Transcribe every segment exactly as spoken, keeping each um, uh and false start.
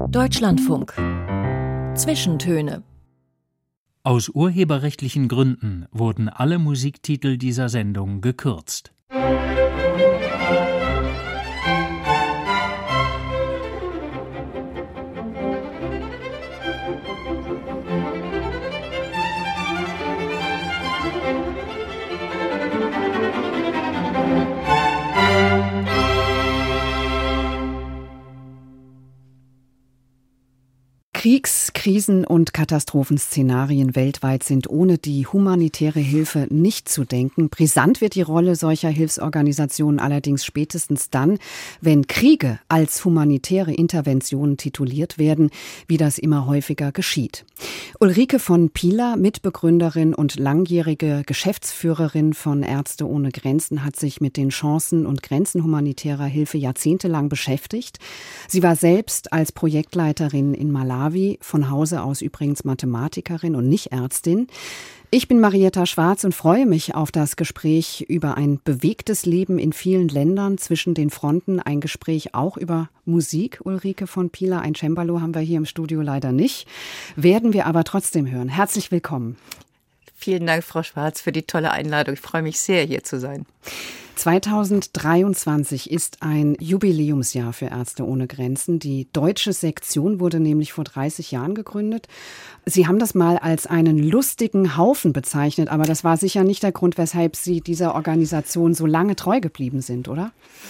Deutschlandfunk. Zwischentöne. Aus urheberrechtlichen Gründen wurden alle Musiktitel dieser Sendung gekürzt. Kriegs-, Krisen- und Katastrophenszenarien weltweit sind ohne die humanitäre Hilfe nicht zu denken. Brisant wird die Rolle solcher Hilfsorganisationen allerdings spätestens dann, wenn Kriege als humanitäre Interventionen tituliert werden, wie das immer häufiger geschieht. Ulrike von Pilar, Mitbegründerin und langjährige Geschäftsführerin von Ärzte ohne Grenzen, hat sich mit den Chancen und Grenzen humanitärer Hilfe jahrzehntelang beschäftigt. Sie war selbst als Projektleiterin in Malawi, von Hause aus übrigens Mathematikerin und nicht Ärztin. Ich bin Marietta Schwarz und freue mich auf das Gespräch über ein bewegtes Leben in vielen Ländern zwischen den Fronten. Ein Gespräch auch über Musik. Ulrike von Pilar, ein Cembalo haben wir hier im Studio leider nicht. Werden wir aber trotzdem hören. Herzlich willkommen. Vielen Dank, Frau Schwarz, für die tolle Einladung. Ich freue mich sehr, hier zu sein. zweitausenddreiundzwanzig ist ein Jubiläumsjahr für Ärzte ohne Grenzen. Die deutsche Sektion wurde nämlich vor dreißig Jahren gegründet. Sie haben das mal als einen lustigen Haufen bezeichnet, aber das war sicher nicht der Grund, weshalb Sie dieser Organisation so lange treu geblieben sind, oder?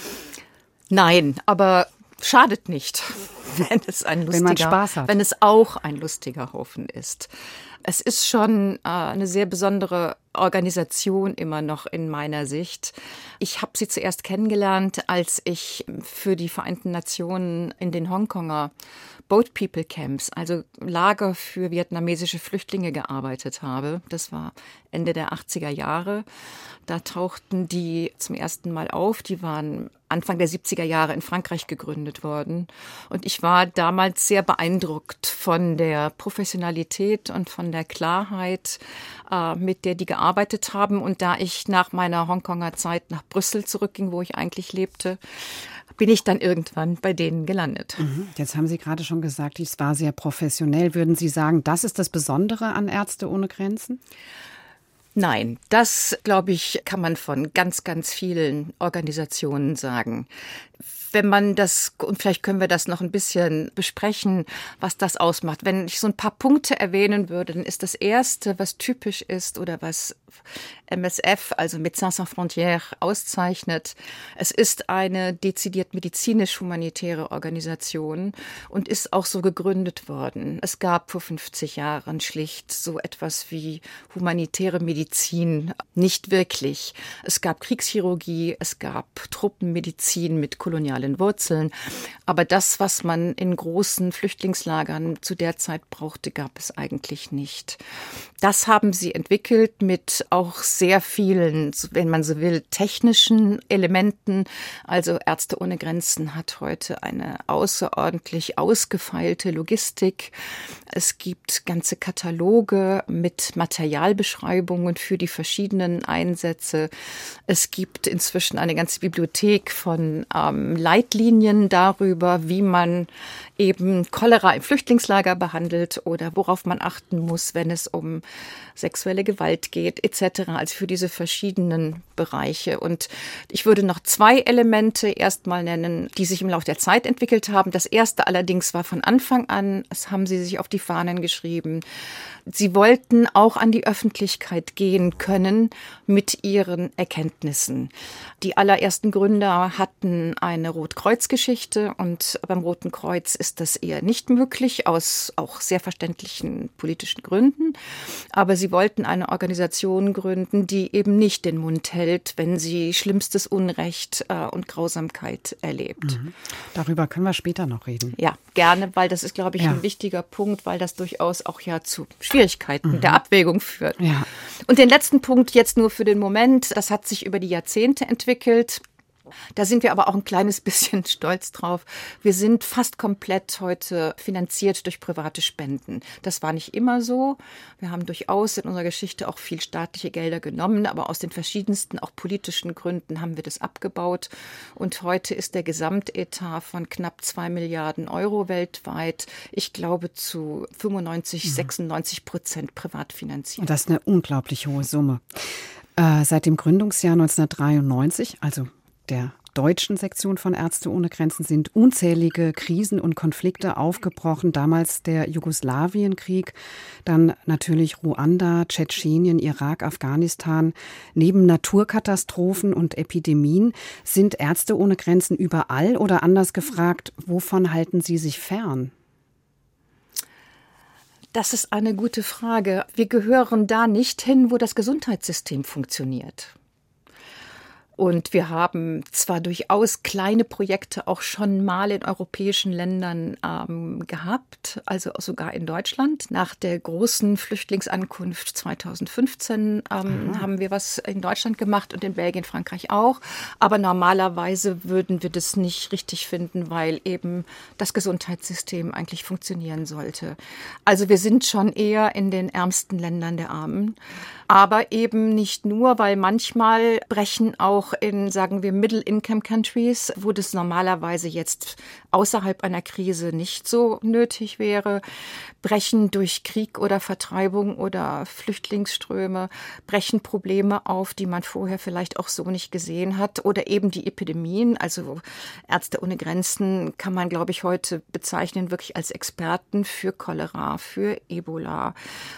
Nein, aber schadet nicht, wenn es ein lustiger, wenn man Spaß hat. Wenn es auch ein lustiger Haufen ist. Es ist schon äh, eine sehr besondere Organisation immer noch in meiner Sicht. Ich habe sie zuerst kennengelernt, als ich für die Vereinten Nationen in den Hongkonger Boat People Camps, also Lager für vietnamesische Flüchtlinge, gearbeitet habe. Das war Ende der achtziger Jahre. Da tauchten die zum ersten Mal auf. Die waren Anfang der siebziger Jahre in Frankreich gegründet worden. Und ich war damals sehr beeindruckt von der Professionalität und von der Klarheit, äh, mit der die gearbeitet haben. Und da ich nach meiner Hongkonger Zeit nach Brüssel zurückging, wo ich eigentlich lebte, bin ich dann irgendwann bei denen gelandet. Jetzt haben Sie gerade schon gesagt, es war sehr professionell. Würden Sie sagen, das ist das Besondere an Ärzte ohne Grenzen? Nein, das, glaube ich, kann man von ganz, ganz vielen Organisationen sagen. Wenn man das, und vielleicht können wir das noch ein bisschen besprechen, was das ausmacht. Wenn ich so ein paar Punkte erwähnen würde, dann ist das Erste, was typisch ist oder was M S F, also Médecins Sans Frontières, auszeichnet. Es ist eine dezidiert medizinisch-humanitäre Organisation und ist auch so gegründet worden. Es gab vor fünfzig Jahren schlicht so etwas wie humanitäre Medizin nicht wirklich. Es gab Kriegschirurgie, es gab Truppenmedizin mit kolonialen Wurzeln. Aber das, was man in großen Flüchtlingslagern zu der Zeit brauchte, gab es eigentlich nicht. Das haben sie entwickelt mit auch sehr vielen, wenn man so will, technischen Elementen. Also Ärzte ohne Grenzen hat heute eine außerordentlich ausgefeilte Logistik. Es gibt ganze Kataloge mit Materialbeschreibungen für die verschiedenen Einsätze. Es gibt inzwischen eine ganze Bibliothek von ähm, Leitlinien darüber, wie man eben Cholera im Flüchtlingslager behandelt oder worauf man achten muss, wenn es um sexuelle Gewalt geht, et cetera. Also für diese verschiedenen Bereiche. Und ich würde noch zwei Elemente erstmal nennen, die sich im Laufe der Zeit entwickelt haben. Das erste allerdings war von Anfang an, das haben sie sich auf die Fahnen geschrieben, sie wollten auch an die Öffentlichkeit gehen können mit ihren Erkenntnissen. Die allerersten Gründer hatten eine Rotkreuz-Geschichte und beim Roten Kreuz ist das eher nicht möglich, aus auch sehr verständlichen politischen Gründen. Aber sie wollten eine Organisation gründen, die eben nicht den Mund hält, wenn sie schlimmstes Unrecht äh, und Grausamkeit erlebt. Mhm. Darüber können wir später noch reden. Ja, gerne, weil das ist, glaube ich, ja. ein wichtiger Punkt, weil das durchaus auch ja zu Schwierigkeiten mhm. der Abwägung führt. Ja. Und den letzten Punkt jetzt nur für den Moment, das hat sich über die Jahrzehnte entwickelt. Da sind wir aber auch ein kleines bisschen stolz drauf. Wir sind fast komplett heute finanziert durch private Spenden. Das war nicht immer so. Wir haben durchaus in unserer Geschichte auch viel staatliche Gelder genommen, aber aus den verschiedensten, auch politischen Gründen haben wir das abgebaut. Und heute ist der Gesamtetat von knapp zwei Milliarden Euro weltweit, ich glaube, zu fünfundneunzig, sechsundneunzig Prozent privat finanziert. Und das ist eine unglaublich hohe Summe. Äh, seit dem Gründungsjahr neunzehnhundertdreiundneunzig, also der deutschen Sektion von Ärzte ohne Grenzen, sind unzählige Krisen und Konflikte aufgebrochen. Damals der Jugoslawienkrieg, dann natürlich Ruanda, Tschetschenien, Irak, Afghanistan. Neben Naturkatastrophen und Epidemien sind Ärzte ohne Grenzen überall, oder anders gefragt, wovon halten Sie sich fern? Das ist eine gute Frage. Wir gehören da nicht hin, wo das Gesundheitssystem funktioniert. Und wir haben zwar durchaus kleine Projekte auch schon mal in europäischen Ländern ähm, gehabt, also sogar in Deutschland. Nach der großen Flüchtlingsankunft zweitausendfünfzehn ähm, haben wir was in Deutschland gemacht und in Belgien, Frankreich auch. Aber normalerweise würden wir das nicht richtig finden, weil eben das Gesundheitssystem eigentlich funktionieren sollte. Also wir sind schon eher in den ärmsten Ländern der Armen. Aber eben nicht nur, weil manchmal brechen auch in, sagen wir, Middle-Income-Countries, wo das normalerweise jetzt außerhalb einer Krise nicht so nötig wäre, brechen durch Krieg oder Vertreibung oder Flüchtlingsströme, brechen Probleme auf, die man vorher vielleicht auch so nicht gesehen hat, oder eben die Epidemien. Also Ärzte ohne Grenzen kann man, glaube ich, heute bezeichnen wirklich als Experten für Cholera, für Ebola,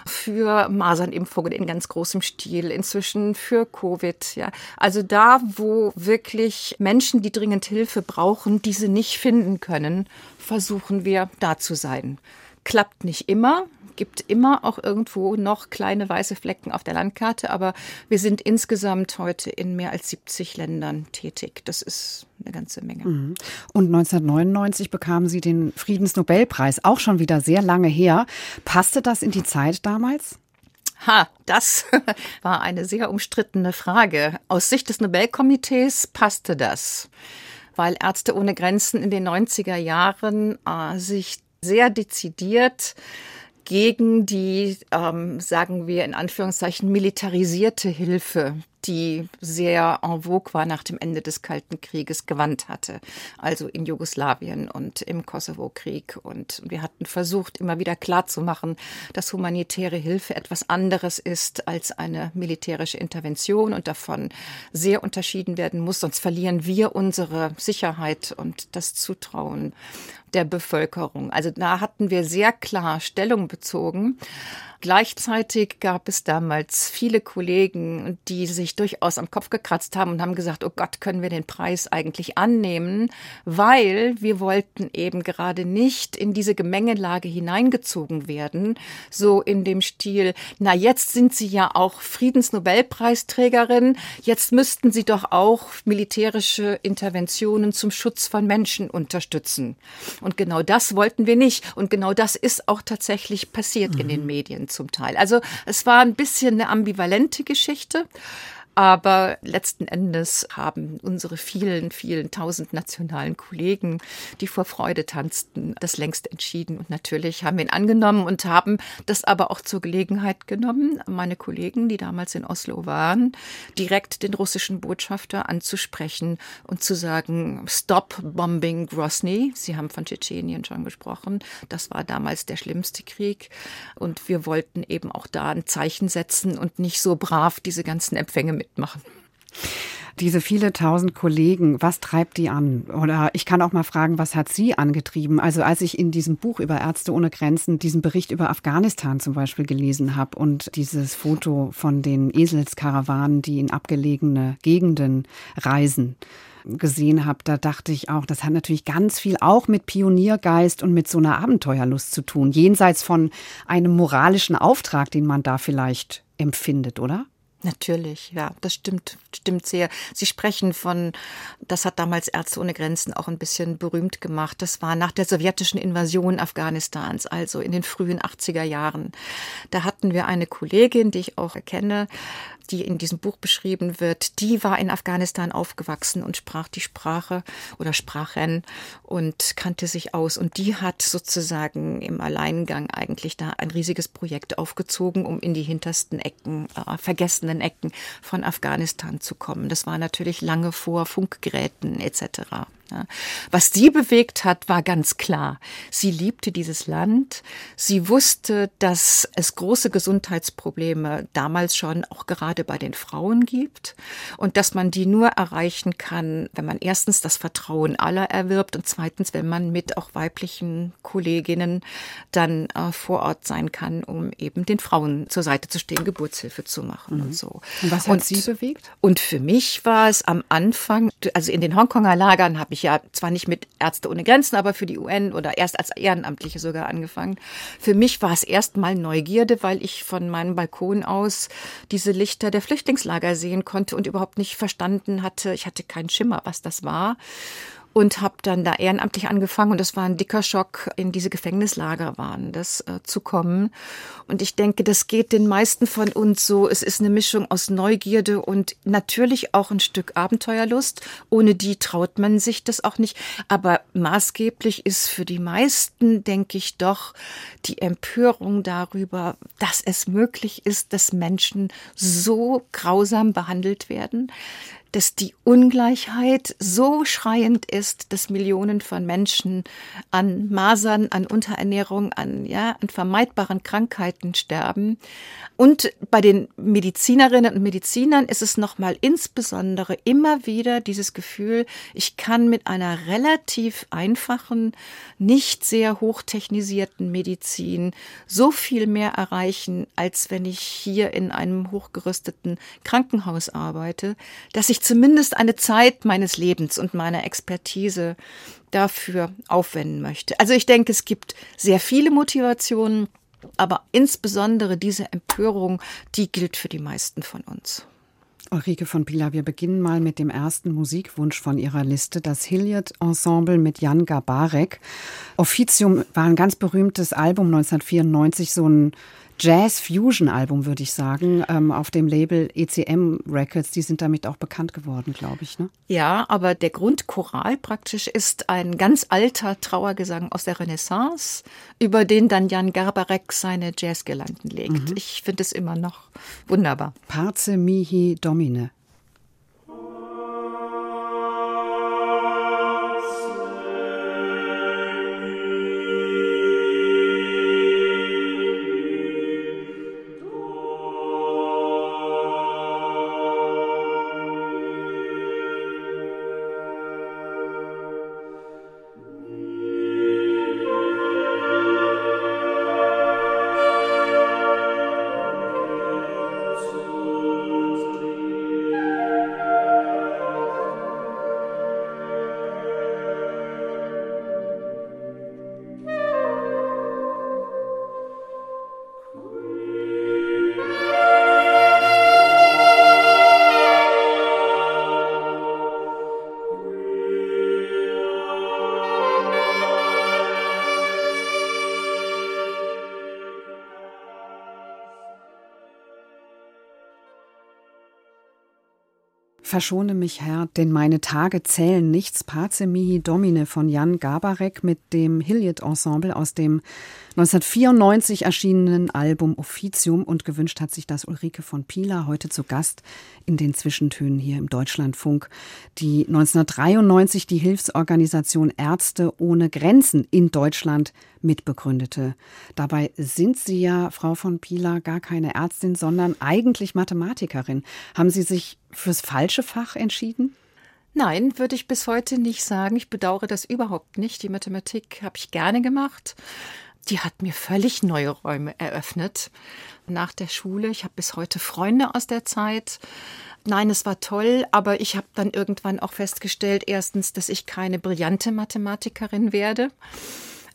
für Masernimpfungen in ganz großem Stil, inzwischen für Covid. Ja. Also da, wo wirklich Menschen, die dringend Hilfe brauchen, diese nicht finden können, versuchen wir da zu sein. Klappt nicht immer, gibt immer auch irgendwo noch kleine weiße Flecken auf der Landkarte, aber wir sind insgesamt heute in mehr als siebzig Ländern tätig. Das ist eine ganze Menge. Und neunzehnhundertneunundneunzig bekamen Sie den Friedensnobelpreis, auch schon wieder sehr lange her. Passte das in die Zeit damals? Ha, das war eine sehr umstrittene Frage. Aus Sicht des Nobelkomitees passte das, weil Ärzte ohne Grenzen in den neunziger Jahren äh, sich sehr dezidiert gegen die, ähm, sagen wir in Anführungszeichen, militarisierte Hilfe, die sehr en vogue war nach dem Ende des Kalten Krieges, gewandt hatte. Also in Jugoslawien und im Kosovo-Krieg. Und wir hatten versucht, immer wieder klarzumachen, dass humanitäre Hilfe etwas anderes ist als eine militärische Intervention und davon sehr unterschieden werden muss. Sonst verlieren wir unsere Sicherheit und das Zutrauen der Bevölkerung. Also da hatten wir sehr klar Stellung bezogen. Gleichzeitig gab es damals viele Kollegen, die sich durchaus am Kopf gekratzt haben und haben gesagt, oh Gott, können wir den Preis eigentlich annehmen? Weil wir wollten eben gerade nicht in diese Gemengelage hineingezogen werden, so in dem Stil, na jetzt sind Sie ja auch Friedensnobelpreisträgerin, jetzt müssten Sie doch auch militärische Interventionen zum Schutz von Menschen unterstützen. Und genau das wollten wir nicht. Und genau das ist auch tatsächlich passiert mhm. in den Medien zum Teil. Also es war ein bisschen eine ambivalente Geschichte. Aber letzten Endes haben unsere vielen, vielen tausend nationalen Kollegen, die vor Freude tanzten, das längst entschieden. Und natürlich haben wir ihn angenommen und haben das aber auch zur Gelegenheit genommen, meine Kollegen, die damals in Oslo waren, direkt den russischen Botschafter anzusprechen und zu sagen, stop bombing Grozny. Sie haben von Tschetschenien schon gesprochen. Das war damals der schlimmste Krieg. Und wir wollten eben auch da ein Zeichen setzen und nicht so brav diese ganzen Empfänge mit machen. Diese viele tausend Kollegen, was treibt die an? Oder ich kann auch mal fragen, was hat Sie angetrieben? Also als ich in diesem Buch über Ärzte ohne Grenzen diesen Bericht über Afghanistan zum Beispiel gelesen habe und dieses Foto von den Eselskarawanen, die in abgelegene Gegenden reisen, gesehen habe, da dachte ich auch, das hat natürlich ganz viel auch mit Pioniergeist und mit so einer Abenteuerlust zu tun, jenseits von einem moralischen Auftrag, den man da vielleicht empfindet, oder? Natürlich, ja, das stimmt, stimmt sehr. Sie sprechen von, das hat damals Ärzte ohne Grenzen auch ein bisschen berühmt gemacht. Das war nach der sowjetischen Invasion Afghanistans, also in den frühen achtziger Jahren. Da hatten wir eine Kollegin, die ich auch kenne, die in diesem Buch beschrieben wird, die war in Afghanistan aufgewachsen und sprach die Sprache oder Sprachen und kannte sich aus. Und die hat sozusagen im Alleingang eigentlich da ein riesiges Projekt aufgezogen, um in die hintersten Ecken, äh, vergessenen Ecken von Afghanistan zu kommen. Das war natürlich lange vor Funkgeräten et cetera. Ja. Was sie bewegt hat, war ganz klar. Sie liebte dieses Land. Sie wusste, dass es große Gesundheitsprobleme damals schon auch gerade bei den Frauen gibt und dass man die nur erreichen kann, wenn man erstens das Vertrauen aller erwirbt und zweitens, wenn man mit auch weiblichen Kolleginnen dann äh, vor Ort sein kann, um eben den Frauen zur Seite zu stehen, Geburtshilfe zu machen mhm. und so. Und was hat und, sie bewegt? Und für mich war es am Anfang, also in den Hongkonger Lagern habe ich ja zwar nicht mit Ärzte ohne Grenzen, aber für die U N oder erst als Ehrenamtliche sogar angefangen. Für mich war es erstmal Neugierde, weil ich von meinem Balkon aus diese Lichter der Flüchtlingslager sehen konnte und überhaupt nicht verstanden hatte, ich hatte keinen Schimmer, was das war. Und habe dann da ehrenamtlich angefangen und das war ein dicker Schock, in diese Gefängnislager waren, das äh, zu kommen. Und ich denke, das geht den meisten von uns so. Es ist eine Mischung aus Neugierde und natürlich auch ein Stück Abenteuerlust. Ohne die traut man sich das auch nicht. Aber maßgeblich ist für die meisten, denke ich, doch die Empörung darüber, dass es möglich ist, dass Menschen so grausam behandelt werden, dass die Ungleichheit so schreiend ist, dass Millionen von Menschen an Masern, an Unterernährung, an, ja, an vermeidbaren Krankheiten sterben. Und bei den Medizinerinnen und Medizinern ist es nochmal insbesondere immer wieder dieses Gefühl, ich kann mit einer relativ einfachen, nicht sehr hochtechnisierten Medizin so viel mehr erreichen, als wenn ich hier in einem hochgerüsteten Krankenhaus arbeite, dass ich zumindest eine Zeit meines Lebens und meiner Expertise dafür aufwenden möchte. Also ich denke, es gibt sehr viele Motivationen, aber insbesondere diese Empörung, die gilt für die meisten von uns. Ulrike von Pilar, wir beginnen mal mit dem ersten Musikwunsch von Ihrer Liste, das Hilliard Ensemble mit Jan Garbarek. Officium war ein ganz berühmtes Album neunzehnhundertvierundneunzig, so ein Jazz-Fusion-Album, würde ich sagen, ähm, auf dem Label E C M Records. Die sind damit auch bekannt geworden, glaube ich, ne? Ja, aber der Grundchoral praktisch ist ein ganz alter Trauergesang aus der Renaissance, über den dann Jan Garbarek seine Jazzgirlanden legt. Mhm. Ich finde es immer noch wunderbar. Parce mihi domine. Verschone mich, Herr, denn meine Tage zählen nichts. Parce mihi domine von Jan Garbarek mit dem Hilliard Ensemble aus dem neunzehnhundertvierundneunzig erschienenen Album Officium, und gewünscht hat sich das Ulrike von Pilar, heute zu Gast in den Zwischentönen hier im Deutschlandfunk, die neunzehnhundertdreiundneunzig die Hilfsorganisation Ärzte ohne Grenzen in Deutschland mitbegründete. Dabei sind Sie ja, Frau von Pilar, gar keine Ärztin, sondern eigentlich Mathematikerin. Haben Sie sich fürs falsche Fach entschieden? Nein, würde ich bis heute nicht sagen. Ich bedauere das überhaupt nicht. Die Mathematik habe ich gerne gemacht. Die hat mir völlig neue Räume eröffnet nach der Schule. Ich habe bis heute Freunde aus der Zeit. Nein, es war toll, aber ich habe dann irgendwann auch festgestellt, erstens, dass ich keine brillante Mathematikerin werde.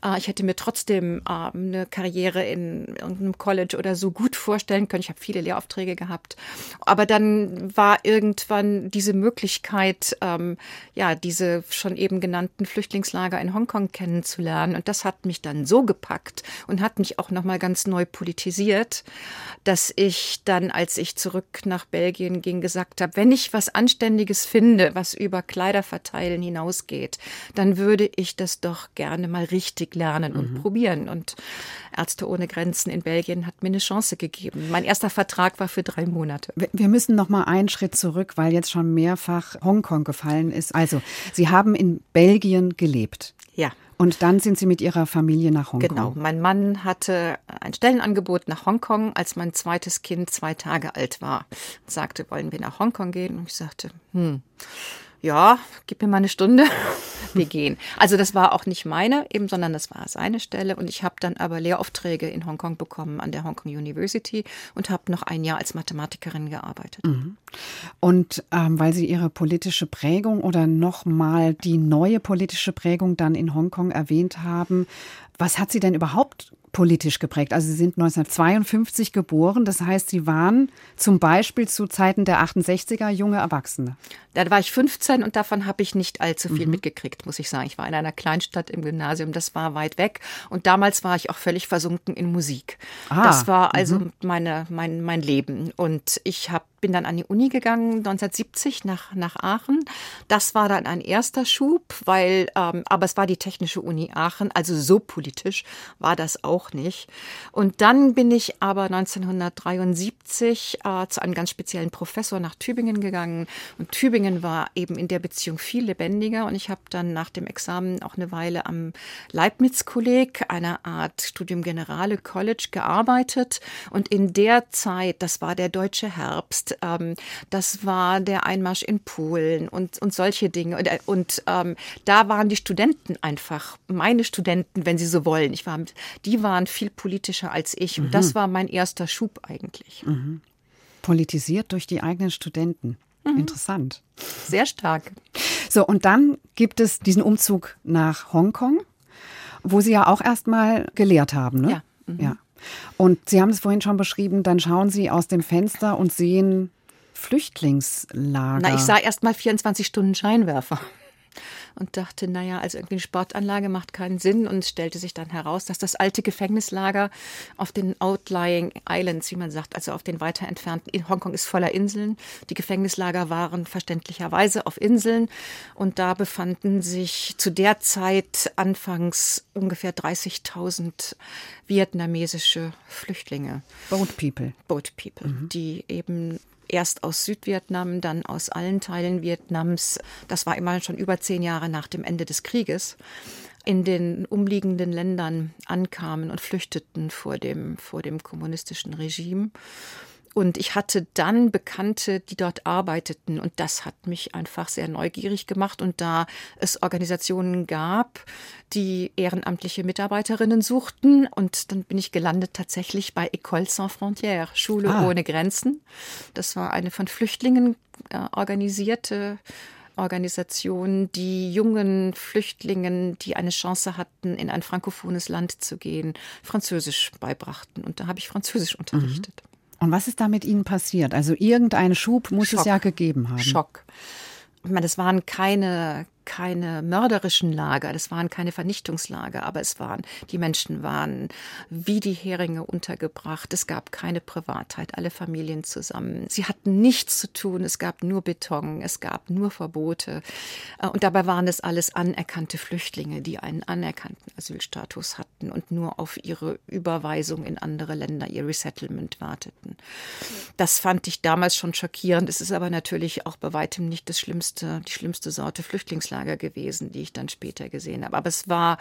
Ich hätte mir trotzdem eine Karriere in irgendeinem College oder so gut vorstellen können. Ich habe viele Lehraufträge gehabt. Aber dann war irgendwann diese Möglichkeit, ja, diese schon eben genannten Flüchtlingslager in Hongkong kennenzulernen. Und das hat mich dann so gepackt und hat mich auch nochmal ganz neu politisiert, dass ich dann, als ich zurück nach Belgien ging, gesagt habe, wenn ich was Anständiges finde, was über Kleiderverteilen hinausgeht, dann würde ich das doch gerne mal richtig lernen und mhm. probieren. Und Ärzte ohne Grenzen in Belgien hat mir eine Chance gegeben. Mein erster Vertrag war für drei Monate. Wir müssen noch mal einen Schritt zurück, weil jetzt schon mehrfach Hongkong gefallen ist. Also, Sie haben in Belgien gelebt. Ja. Und dann sind Sie mit Ihrer Familie nach Hongkong. Genau. Mein Mann hatte ein Stellenangebot nach Hongkong, als mein zweites Kind zwei Tage alt war. Und sagte, wollen wir nach Hongkong gehen? Und ich sagte, hm, ja, gib mir mal eine Stunde, wir gehen. Also das war auch nicht meine, eben, sondern das war seine Stelle. Und ich habe dann aber Lehraufträge in Hongkong bekommen an der Hongkong University und habe noch ein Jahr als Mathematikerin gearbeitet. Mhm. Und ähm, weil Sie Ihre politische Prägung oder nochmal die neue politische Prägung dann in Hongkong erwähnt haben, was hat Sie denn überhaupt politisch geprägt? Also Sie sind neunzehnhundertzweiundfünfzig geboren, das heißt, Sie waren zum Beispiel zu Zeiten der achtundsechziger junge Erwachsene. Da war ich fünfzehn und davon habe ich nicht allzu viel mhm. mitgekriegt, muss ich sagen. Ich war in einer Kleinstadt im Gymnasium, das war weit weg. Und damals war ich auch völlig versunken in Musik. Ah, das war also mhm. meine, mein, mein Leben. Und ich hab, bin dann an die Uni gegangen, neunzehnhundertsiebzig nach, nach Aachen. Das war dann ein erster Schub, weil, ähm, aber es war die Technische Uni Aachen, also so politisch war das auch nicht. Und dann bin ich aber neunzehnhundertdreiundsiebzig äh, zu einem ganz speziellen Professor nach Tübingen gegangen. Und Tübingen war eben in der Beziehung viel lebendiger. Und ich habe dann nach dem Examen auch eine Weile am Leibniz-Kolleg, einer Art Studium Generale College, gearbeitet. Und in der Zeit, das war der deutsche Herbst, ähm, das war der Einmarsch in Polen und, und solche Dinge. Und, und ähm, da waren die Studenten einfach, meine Studenten, wenn Sie so wollen, ich war, die waren viel politischer als ich. Und mhm. das war mein erster Schub eigentlich. Mhm. Politisiert durch die eigenen Studenten. Mhm. Interessant. Sehr stark. So, und dann gibt es diesen Umzug nach Hongkong, wo Sie ja auch erst mal gelehrt haben, ne? Ja. Mhm. Ja. Und Sie haben es vorhin schon beschrieben, dann schauen Sie aus dem Fenster und sehen Flüchtlingslager. Na, ich sah erst mal vierundzwanzig Stunden Scheinwerfer. Und dachte, naja, also irgendwie eine Sportanlage macht keinen Sinn. Und es stellte sich dann heraus, dass das alte Gefängnislager auf den Outlying Islands, wie man sagt, also auf den weiter entfernten, Hongkong ist voller Inseln. Die Gefängnislager waren verständlicherweise auf Inseln. Und da befanden sich zu der Zeit anfangs ungefähr dreißigtausend vietnamesische Flüchtlinge. Boat People. Boat People, mhm. die eben erst aus Südvietnam, dann aus allen Teilen Vietnams. Das war immer schon über zehn Jahre nach dem Ende des Krieges. In den umliegenden Ländern ankamen und flüchteten vor dem, vor dem kommunistischen Regime. Und ich hatte dann Bekannte, die dort arbeiteten. Und das hat mich einfach sehr neugierig gemacht. Und da es Organisationen gab, die ehrenamtliche Mitarbeiterinnen suchten. Und dann bin ich gelandet tatsächlich bei École Sans Frontières, Schule ah. ohne Grenzen. Das war eine von Flüchtlingen äh, organisierte Organisation, die jungen Flüchtlingen, die eine Chance hatten, in ein frankophones Land zu gehen, Französisch beibrachten. Und da habe ich Französisch unterrichtet. Mhm. Und was ist da mit Ihnen passiert? Also irgendeinen Schub muss Schock. es ja gegeben haben. Schock. Ich meine, das waren keine, keine mörderischen Lager, das waren keine Vernichtungslager, aber es waren, die Menschen waren wie die Heringe untergebracht. Es gab keine Privatheit, alle Familien zusammen. Sie hatten nichts zu tun, es gab nur Beton, es gab nur Verbote. Und dabei waren es alles anerkannte Flüchtlinge, die einen anerkannten Asylstatus hatten und nur auf ihre Überweisung in andere Länder, ihr Resettlement warteten. Das fand ich damals schon schockierend. Es ist aber natürlich auch bei weitem nicht das schlimmste, die schlimmste Sorte Flüchtlingslager gewesen, die ich dann später gesehen habe. Aber es war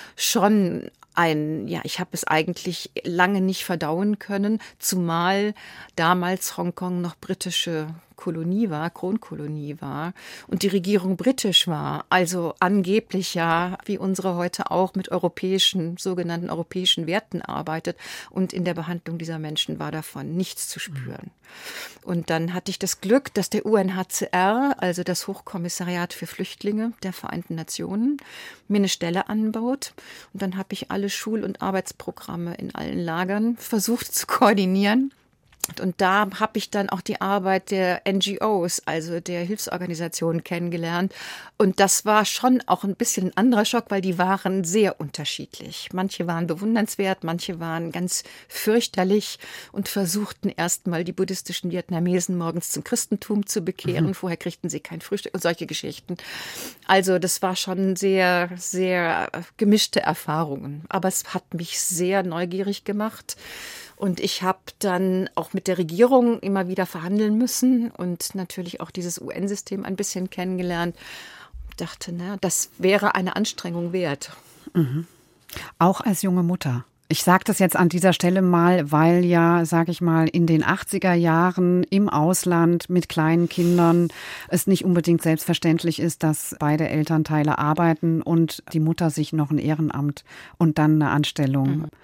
schon ein, ja, ich habe es eigentlich lange nicht verdauen können, zumal damals Hongkong noch britische Kolonie war, Kronkolonie war und die Regierung britisch war, also angeblich ja, wie unsere heute auch, mit europäischen, sogenannten europäischen Werten arbeitet und in der Behandlung dieser Menschen war davon nichts zu spüren. Und dann hatte ich das Glück, dass der U N H C R, also das Hochkommissariat für Flüchtlinge der Vereinten Nationen, mir eine Stelle anbaut. Und dann habe ich alle Schul- und Arbeitsprogramme in allen Lagern versucht zu koordinieren. Und da habe ich dann auch die Arbeit der N G Os, also der Hilfsorganisationen, kennengelernt. Und das war schon auch ein bisschen ein anderer Schock, weil die waren sehr unterschiedlich. Manche waren bewundernswert, manche waren ganz fürchterlich und versuchten erstmal die buddhistischen Vietnamesen morgens zum Christentum zu bekehren. Mhm. Vorher kriegten sie kein Frühstück und solche Geschichten. Also das war schon sehr, sehr gemischte Erfahrungen. Aber es hat mich sehr neugierig gemacht. Und ich habe dann auch mit der Regierung immer wieder verhandeln müssen und natürlich auch dieses U N-System ein bisschen kennengelernt. Ich dachte, na, das wäre eine Anstrengung wert. Mhm. Auch als junge Mutter. Ich sage das jetzt an dieser Stelle mal, weil ja, sage ich mal, in den achtziger Jahren im Ausland mit kleinen Kindern es nicht unbedingt selbstverständlich ist, dass beide Elternteile arbeiten und die Mutter sich noch ein Ehrenamt und dann eine Anstellung mhm.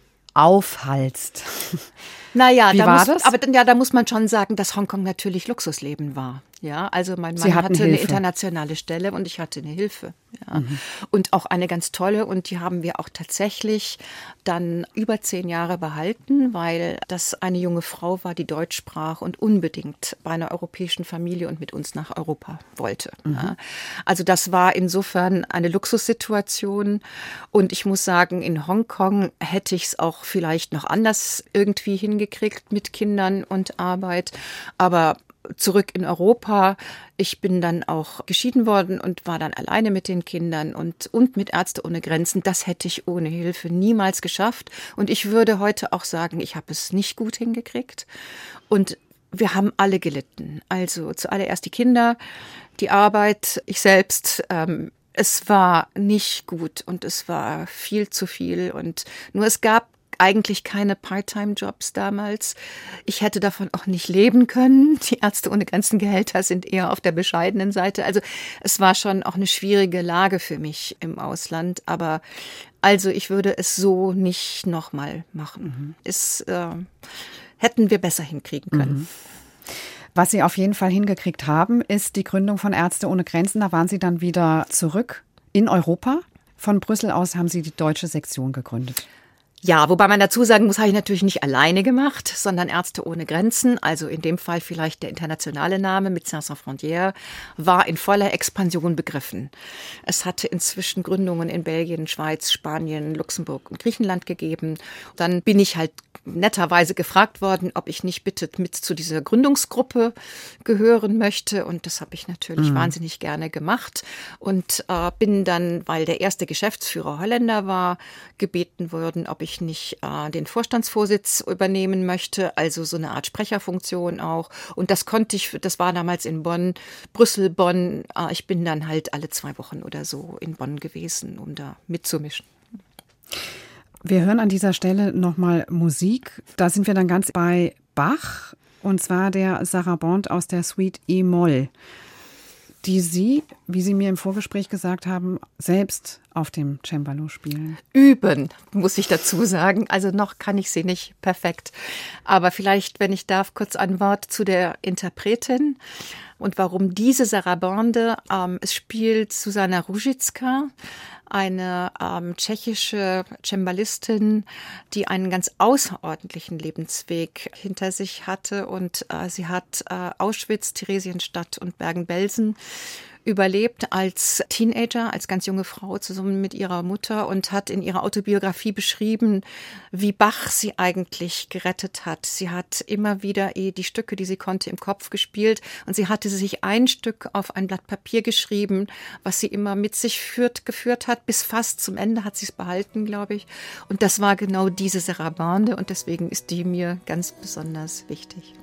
aufhalst. Naja, Wie da war muss, das? aber ja, da muss man schon sagen, dass Hongkong natürlich Luxusleben war. Ja, also mein Mann hatte Hilfe. eine internationale Stelle und ich hatte eine Hilfe. Ja. Mhm. Und auch eine ganz tolle und die haben wir auch tatsächlich dann über zehn Jahre behalten, weil das eine junge Frau war, die Deutsch sprach und unbedingt bei einer europäischen Familie und mit uns nach Europa wollte. Mhm. Ja. Also das war insofern eine Luxussituation und ich muss sagen, in Hongkong hätte ich es auch vielleicht noch anders irgendwie hingekriegt mit Kindern und Arbeit, aber zurück in Europa. Ich bin dann auch geschieden worden und war dann alleine mit den Kindern und, und mit Ärzte ohne Grenzen. Das hätte ich ohne Hilfe niemals geschafft. Und ich würde heute auch sagen, ich habe es nicht gut hingekriegt. Und wir haben alle gelitten. Also zuallererst die Kinder, die Arbeit, ich selbst. Ähm, es war nicht gut und es war viel zu viel. Und nur es gab eigentlich keine Part-Time-Jobs damals. Ich hätte davon auch nicht leben können. Die Ärzte ohne Grenzen Gehälter sind eher auf der bescheidenen Seite. Also es war schon auch eine schwierige Lage für mich im Ausland. Aber also ich würde es so nicht nochmal machen. Mhm. Es äh, hätten wir besser hinkriegen können. Mhm. Was Sie auf jeden Fall hingekriegt haben, ist die Gründung von Ärzte ohne Grenzen. Da waren Sie dann wieder zurück in Europa. Von Brüssel aus haben Sie die deutsche Sektion gegründet. Ja, wobei man dazu sagen muss, habe ich natürlich nicht alleine gemacht, sondern Ärzte ohne Grenzen, also in dem Fall vielleicht der internationale Name Médecins Sans Frontières, war in voller Expansion begriffen. Es hatte inzwischen Gründungen in Belgien, Schweiz, Spanien, Luxemburg und Griechenland gegeben. Dann bin ich halt netterweise gefragt worden, ob ich nicht bitte mit zu dieser Gründungsgruppe gehören möchte. Und das habe ich natürlich mhm. wahnsinnig gerne gemacht und äh, bin dann, weil der erste Geschäftsführer Holländer war, gebeten worden, ob ich nicht äh, den Vorstandsvorsitz übernehmen möchte, also so eine Art Sprecherfunktion auch. Und das konnte ich, das war damals in Bonn, Brüssel, Bonn. Äh, ich bin dann halt alle zwei Wochen oder so in Bonn gewesen, um da mitzumischen. Wir hören an dieser Stelle nochmal Musik. Da sind wir dann ganz bei Bach, und zwar der Sarabande aus der Suite E-Moll, die Sie, wie Sie mir im Vorgespräch gesagt haben, selbst auf dem Cembalo spielen. Üben, muss ich dazu sagen. Also noch kann ich sie nicht perfekt. Aber vielleicht, wenn ich darf, kurz ein Wort zu der Interpretin und warum diese Sarabande. Ähm, es spielt Susanna Růžička, eine ähm, tschechische Cembalistin, die einen ganz außerordentlichen Lebensweg hinter sich hatte. Und äh, sie hat äh, Auschwitz, Theresienstadt und Bergen-Belsen überlebt als Teenager, als ganz junge Frau zusammen mit ihrer Mutter und hat in ihrer Autobiografie beschrieben, wie Bach sie eigentlich gerettet hat. Sie hat immer wieder die Stücke, die sie konnte, im Kopf gespielt und sie hatte sich ein Stück auf ein Blatt Papier geschrieben, was sie immer mit sich führt, geführt hat. Bis fast zum Ende hat sie es behalten, glaube ich. Und das war genau diese Sarabande und deswegen ist die mir ganz besonders wichtig.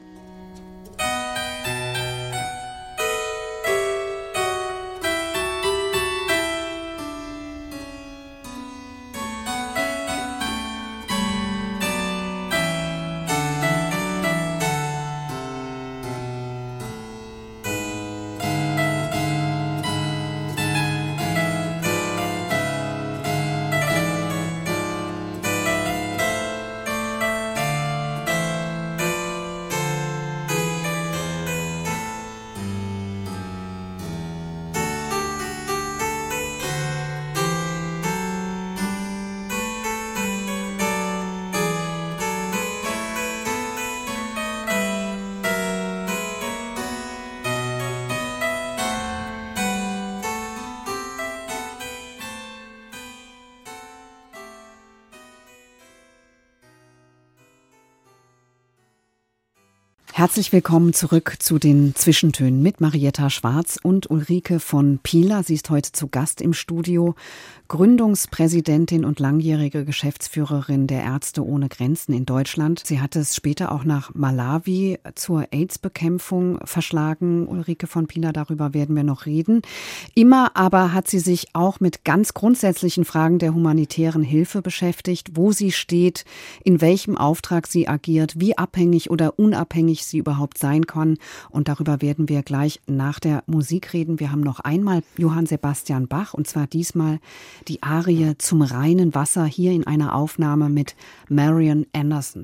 Herzlich willkommen zurück zu den Zwischentönen mit Marietta Schwarz und Ulrike von Piehler. Sie ist heute zu Gast im Studio, Gründungspräsidentin und langjährige Geschäftsführerin der Ärzte ohne Grenzen in Deutschland. Sie hat es später auch nach Malawi zur AIDS-Bekämpfung verschlagen. Ulrike von Piehler, darüber werden wir noch reden. Immer aber hat sie sich auch mit ganz grundsätzlichen Fragen der humanitären Hilfe beschäftigt, wo sie steht, in welchem Auftrag sie agiert, wie abhängig oder unabhängig sie überhaupt sein kann. Und darüber werden wir gleich nach der Musik reden. Wir haben noch einmal Johann Sebastian Bach, und zwar diesmal die Arie Zum reinen Wasser, hier in einer Aufnahme mit Marian Anderson.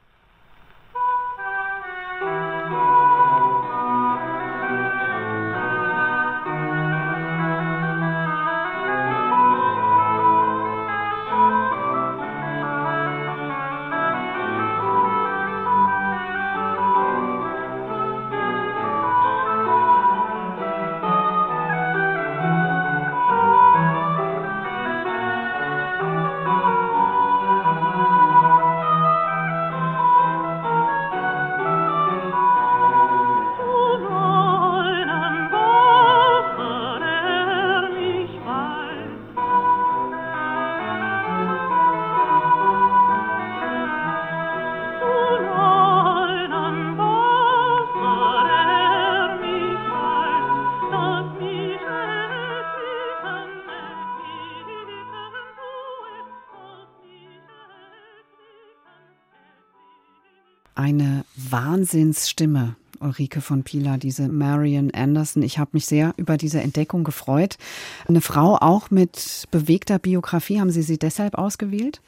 Eine Wahnsinnsstimme, Ulrike von Piehler, diese Marian Anderson. Ich habe mich sehr über diese Entdeckung gefreut. Eine Frau auch mit bewegter Biografie. Haben Sie sie deshalb ausgewählt?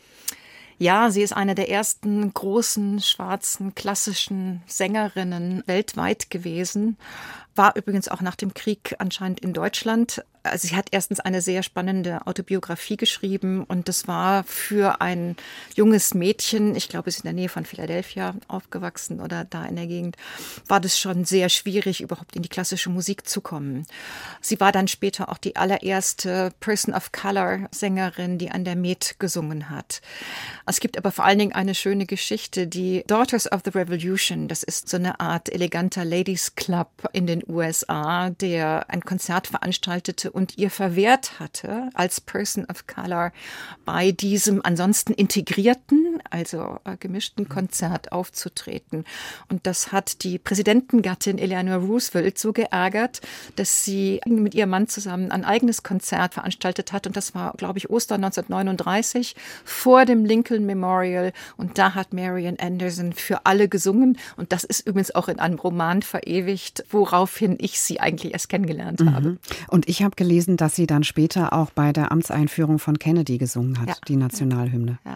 Ja, sie ist eine der ersten großen, schwarzen, klassischen Sängerinnen weltweit gewesen. War übrigens auch nach dem Krieg anscheinend in Deutschland. Also sie hat erstens eine sehr spannende Autobiografie geschrieben und das war für ein junges Mädchen, ich glaube, sie ist in der Nähe von Philadelphia aufgewachsen oder da in der Gegend, war das schon sehr schwierig, überhaupt in die klassische Musik zu kommen. Sie war dann später auch die allererste Person of Color Sängerin, die an der Met gesungen hat. Es gibt aber vor allen Dingen eine schöne Geschichte, die Daughters of the Revolution, das ist so eine Art eleganter Ladies Club in den U S A, der ein Konzert veranstaltete und ihr verwehrt hatte, als Person of Color bei diesem ansonsten integrierten, also äh, gemischten Konzert aufzutreten. Und das hat die Präsidentengattin Eleanor Roosevelt so geärgert, dass sie mit ihrem Mann zusammen ein eigenes Konzert veranstaltet hat. Und das war, glaube ich, Ostern neunzehnhundertneununddreißig vor dem Lincoln Memorial. Und da hat Marian Anderson für alle gesungen. Und das ist übrigens auch in einem Roman verewigt, woraufhin ich sie eigentlich erst kennengelernt mhm. habe. Und ich habe gelesen, dass sie dann später auch bei der Amtseinführung von Kennedy gesungen hat, ja. die Nationalhymne. Ja.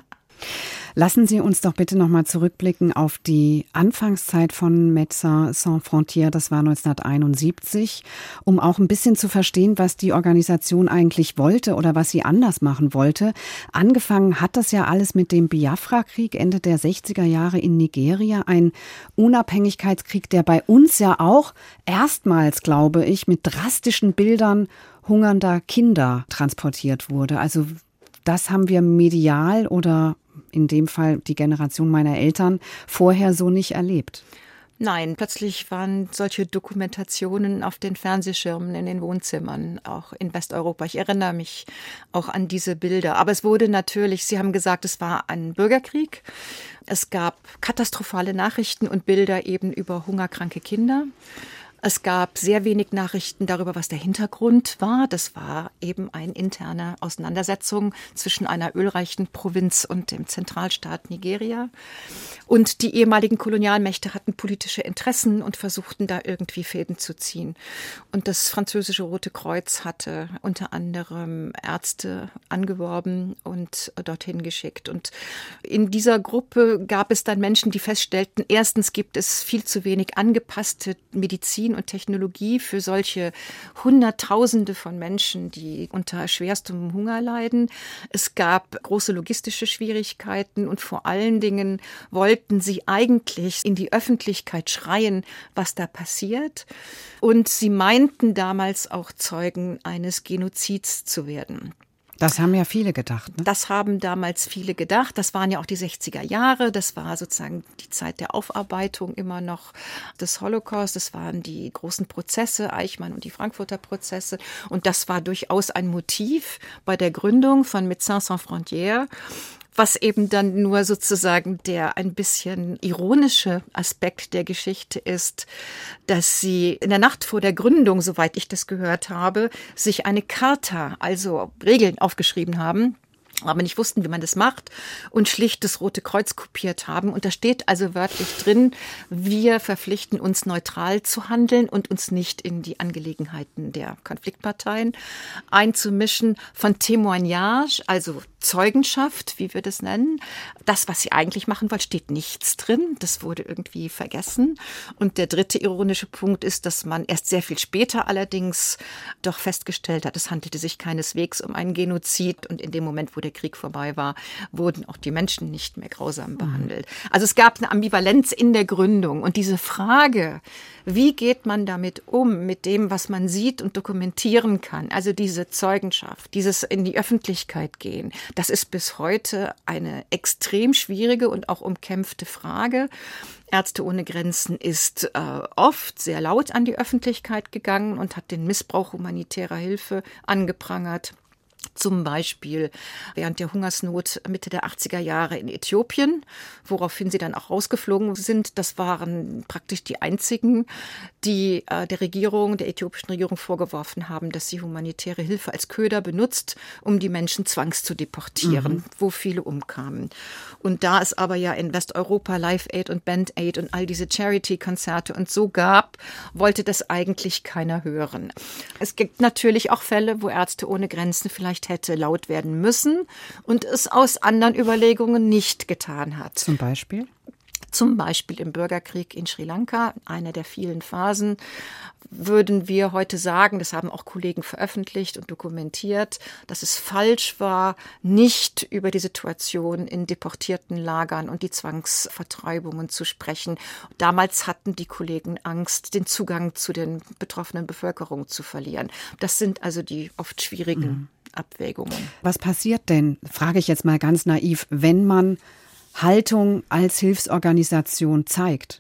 Lassen Sie uns doch bitte noch mal zurückblicken auf die Anfangszeit von Médecins Sans Frontières, das war neunzehnhunderteinundsiebzig, um auch ein bisschen zu verstehen, was die Organisation eigentlich wollte oder was sie anders machen wollte. Angefangen hat das ja alles mit dem Biafra-Krieg Ende der sechziger Jahre in Nigeria, ein Unabhängigkeitskrieg, der bei uns ja auch erstmals, glaube ich, mit drastischen Bildern hungernder Kinder transportiert wurde. Also das haben wir medial oder in dem Fall die Generation meiner Eltern vorher so nicht erlebt. Nein, plötzlich waren solche Dokumentationen auf den Fernsehschirmen in den Wohnzimmern, auch in Westeuropa. Ich erinnere mich auch an diese Bilder. Aber es wurde natürlich, Sie haben gesagt, es war ein Bürgerkrieg. Es gab katastrophale Nachrichten und Bilder eben über hungerkranke Kinder. Es gab sehr wenig Nachrichten darüber, was der Hintergrund war. Das war eben eine interne Auseinandersetzung zwischen einer ölreichen Provinz und dem Zentralstaat Nigeria. Und die ehemaligen Kolonialmächte hatten politische Interessen und versuchten da irgendwie Fäden zu ziehen. Und das französische Rote Kreuz hatte unter anderem Ärzte angeworben und dorthin geschickt. Und in dieser Gruppe gab es dann Menschen, die feststellten, erstens gibt es viel zu wenig angepasste Medizin und Technologie für solche Hunderttausende von Menschen, die unter schwerstem Hunger leiden. Es gab große logistische Schwierigkeiten und vor allen Dingen wollten sie eigentlich in die Öffentlichkeit schreien, was da passiert. Und sie meinten damals auch Zeugen eines Genozids zu werden. Das haben ja viele gedacht. Ne? Das haben damals viele gedacht. Das waren ja auch die sechziger Jahre. Das war sozusagen die Zeit der Aufarbeitung immer noch des Holocaust. Das waren die großen Prozesse, Eichmann und die Frankfurter Prozesse. Und das war durchaus ein Motiv bei der Gründung von Médecins Sans Frontières. Was eben dann nur sozusagen der ein bisschen ironische Aspekt der Geschichte ist, dass sie in der Nacht vor der Gründung, soweit ich das gehört habe, sich eine Charta, also Regeln aufgeschrieben haben, aber nicht wussten, wie man das macht und schlicht das Rote Kreuz kopiert haben. Und da steht also wörtlich drin, wir verpflichten uns neutral zu handeln und uns nicht in die Angelegenheiten der Konfliktparteien einzumischen. Von Témoignage, also Zeugenschaft, wie wir das nennen. Das, was sie eigentlich machen wollen, steht nichts drin. Das wurde irgendwie vergessen. Und der dritte ironische Punkt ist, dass man erst sehr viel später allerdings doch festgestellt hat, es handelte sich keineswegs um einen Genozid. Und in dem Moment, wo der Krieg vorbei war, wurden auch die Menschen nicht mehr grausam behandelt. Also es gab eine Ambivalenz in der Gründung. Und diese Frage, wie geht man damit um, mit dem, was man sieht und dokumentieren kann, also diese Zeugenschaft, dieses in die Öffentlichkeit gehen, das ist bis heute eine extrem schwierige und auch umkämpfte Frage. Ärzte ohne Grenzen ist äh, oft sehr laut an die Öffentlichkeit gegangen und hat den Missbrauch humanitärer Hilfe angeprangert. Zum Beispiel während der Hungersnot Mitte der achtziger Jahre in Äthiopien, woraufhin sie dann auch rausgeflogen sind. Das waren praktisch die einzigen, die äh, der Regierung, der äthiopischen Regierung vorgeworfen haben, dass sie humanitäre Hilfe als Köder benutzt, um die Menschen zwangs zu deportieren, mhm. wo viele umkamen. Und da es aber ja in Westeuropa Live Aid und Band Aid und all diese Charity-Konzerte und so gab, wollte das eigentlich keiner hören. Es gibt natürlich auch Fälle, wo Ärzte ohne Grenzen vielleicht hätte laut werden müssen und es aus anderen Überlegungen nicht getan hat. Zum Beispiel? Zum Beispiel im Bürgerkrieg in Sri Lanka, einer der vielen Phasen, würden wir heute sagen, das haben auch Kollegen veröffentlicht und dokumentiert, dass es falsch war, nicht über die Situation in deportierten Lagern und die Zwangsvertreibungen zu sprechen. Damals hatten die Kollegen Angst, den Zugang zu den betroffenen Bevölkerungen zu verlieren. Das sind also die oft schwierigen mhm. Abwägungen. Was passiert denn, frage ich jetzt mal ganz naiv, wenn man Haltung als Hilfsorganisation zeigt?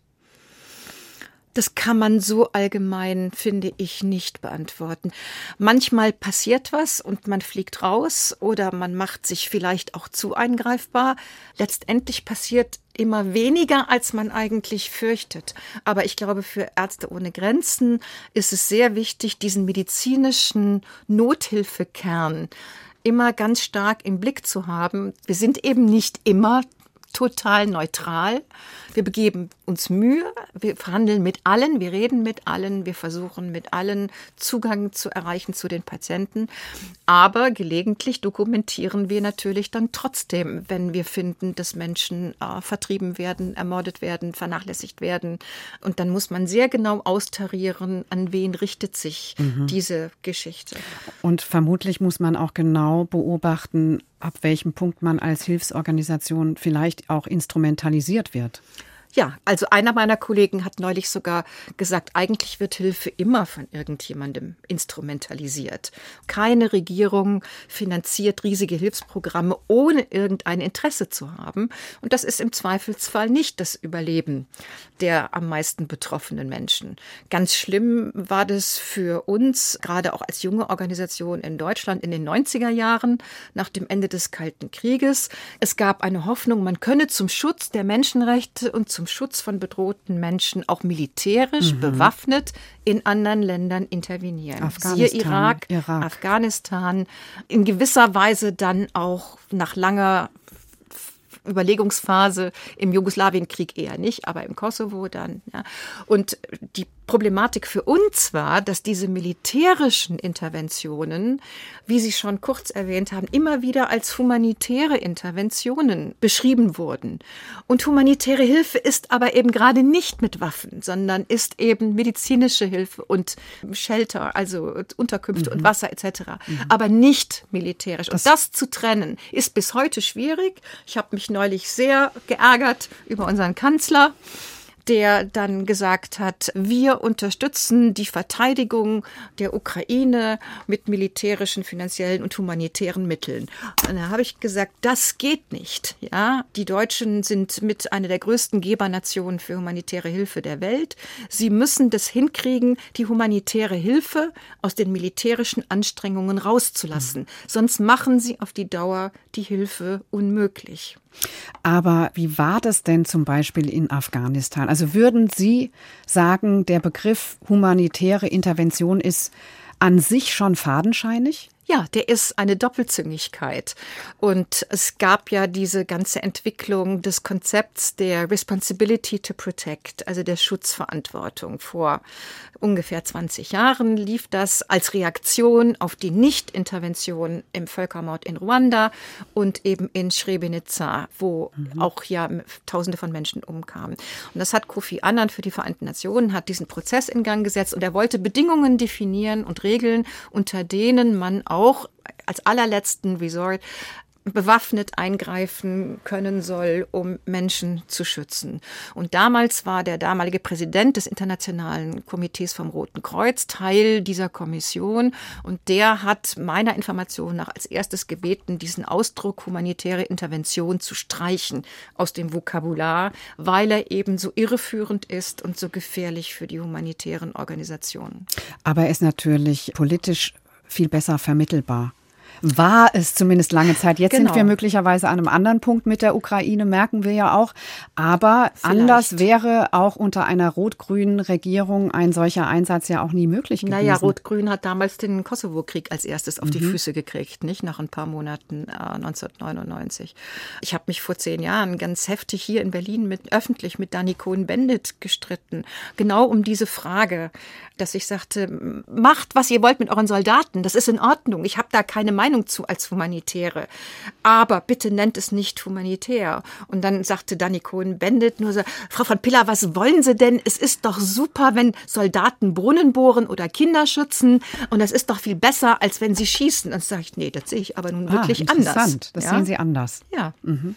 Das kann man so allgemein, finde ich, nicht beantworten. Manchmal passiert was und man fliegt raus oder man macht sich vielleicht auch zu eingreifbar. Letztendlich passiert immer weniger, als man eigentlich fürchtet. Aber ich glaube, für Ärzte ohne Grenzen ist es sehr wichtig, diesen medizinischen Nothilfekern immer ganz stark im Blick zu haben. Wir sind eben nicht immer total neutral. Wir begeben uns Mühe, wir verhandeln mit allen, wir reden mit allen, wir versuchen mit allen Zugang zu erreichen zu den Patienten. Aber gelegentlich dokumentieren wir natürlich dann trotzdem, wenn wir finden, dass Menschen äh, vertrieben werden, ermordet werden, vernachlässigt werden. Und dann muss man sehr genau austarieren, an wen richtet sich mhm. diese Geschichte. Und vermutlich muss man auch genau beobachten, ab welchem Punkt man als Hilfsorganisation vielleicht auch instrumentalisiert wird. Ja, also einer meiner Kollegen hat neulich sogar gesagt, eigentlich wird Hilfe immer von irgendjemandem instrumentalisiert. Keine Regierung finanziert riesige Hilfsprogramme, ohne irgendein Interesse zu haben. Und das ist im Zweifelsfall nicht das Überleben der am meisten betroffenen Menschen. Ganz schlimm war das für uns, gerade auch als junge Organisation in Deutschland in den neunziger Jahren, nach dem Ende des Kalten Krieges. Es gab eine Hoffnung, man könne zum Schutz der Menschenrechte und zum Schutz von bedrohten Menschen auch militärisch mhm. bewaffnet in anderen Ländern intervenieren. Afghanistan, Siehe Irak, Irak, Afghanistan, in gewisser Weise dann auch nach langer Überlegungsphase im Jugoslawienkrieg eher nicht, aber im Kosovo dann. Ja. Und die Problematik für uns war, dass diese militärischen Interventionen, wie Sie schon kurz erwähnt haben, immer wieder als humanitäre Interventionen beschrieben wurden. Und humanitäre Hilfe ist aber eben gerade nicht mit Waffen, sondern ist eben medizinische Hilfe und Shelter, also Unterkünfte mhm. und Wasser et cetera, mhm. aber nicht militärisch. Und das, das zu trennen, ist bis heute schwierig. Ich habe mich neulich sehr geärgert über unseren Kanzler, der dann gesagt hat, wir unterstützen die Verteidigung der Ukraine mit militärischen, finanziellen und humanitären Mitteln. Und da habe ich gesagt, das geht nicht. Ja, die Deutschen sind mit einer der größten Gebernationen für humanitäre Hilfe der Welt. Sie müssen das hinkriegen, die humanitäre Hilfe aus den militärischen Anstrengungen rauszulassen. Mhm. Sonst machen sie auf die Dauer die Hilfe unmöglich. Aber wie war das denn zum Beispiel in Afghanistan? Also würden Sie sagen, der Begriff humanitäre Intervention ist an sich schon fadenscheinig? Ja, der ist eine Doppelzüngigkeit. Und es gab ja diese ganze Entwicklung des Konzepts der Responsibility to Protect, also der Schutzverantwortung. Vor ungefähr zwanzig Jahren lief das als Reaktion auf die Nichtintervention im Völkermord in Ruanda und eben in Srebrenica, wo mhm. auch ja Tausende von Menschen umkamen. Und das hat Kofi Annan für die Vereinten Nationen, hat diesen Prozess in Gang gesetzt und er wollte Bedingungen definieren und Regeln, unter denen man auch als allerletzten Resort bewaffnet eingreifen können soll, um Menschen zu schützen. Und damals war der damalige Präsident des Internationalen Komitees vom Roten Kreuz Teil dieser Kommission und der hat meiner Information nach als erstes gebeten, diesen Ausdruck humanitäre Intervention zu streichen aus dem Vokabular, weil er eben so irreführend ist und so gefährlich für die humanitären Organisationen. Aber er ist natürlich politisch viel besser vermittelbar. War es zumindest lange Zeit. Jetzt genau. sind wir möglicherweise an einem anderen Punkt mit der Ukraine, merken wir ja auch. Aber Vielleicht. anders wäre auch unter einer rot-grünen Regierung ein solcher Einsatz ja auch nie möglich gewesen. Naja, Rot-Grün hat damals den Kosovo-Krieg als erstes auf mhm. die Füße gekriegt, nicht nach ein paar Monaten äh, neunzehnhundertneunundneunzig. Ich habe mich vor zehn Jahren ganz heftig hier in Berlin mit, öffentlich mit Danny Cohn-Bendit gestritten. Genau um diese Frage, dass ich sagte, macht, was ihr wollt mit euren Soldaten. Das ist in Ordnung. Ich habe da keine Meinung zu als Humanitäre. Aber bitte nennt es nicht humanitär. Und dann sagte Danny Cohn-Bendit nur so, Frau von Piller, was wollen Sie denn? Es ist doch super, wenn Soldaten Brunnen bohren oder Kinder schützen. Und das ist doch viel besser, als wenn sie schießen. Und dann sage ich, nee, das sehe ich aber nun wirklich ah, interessant. anders. Das ja? sehen Sie anders. Ja. Mhm.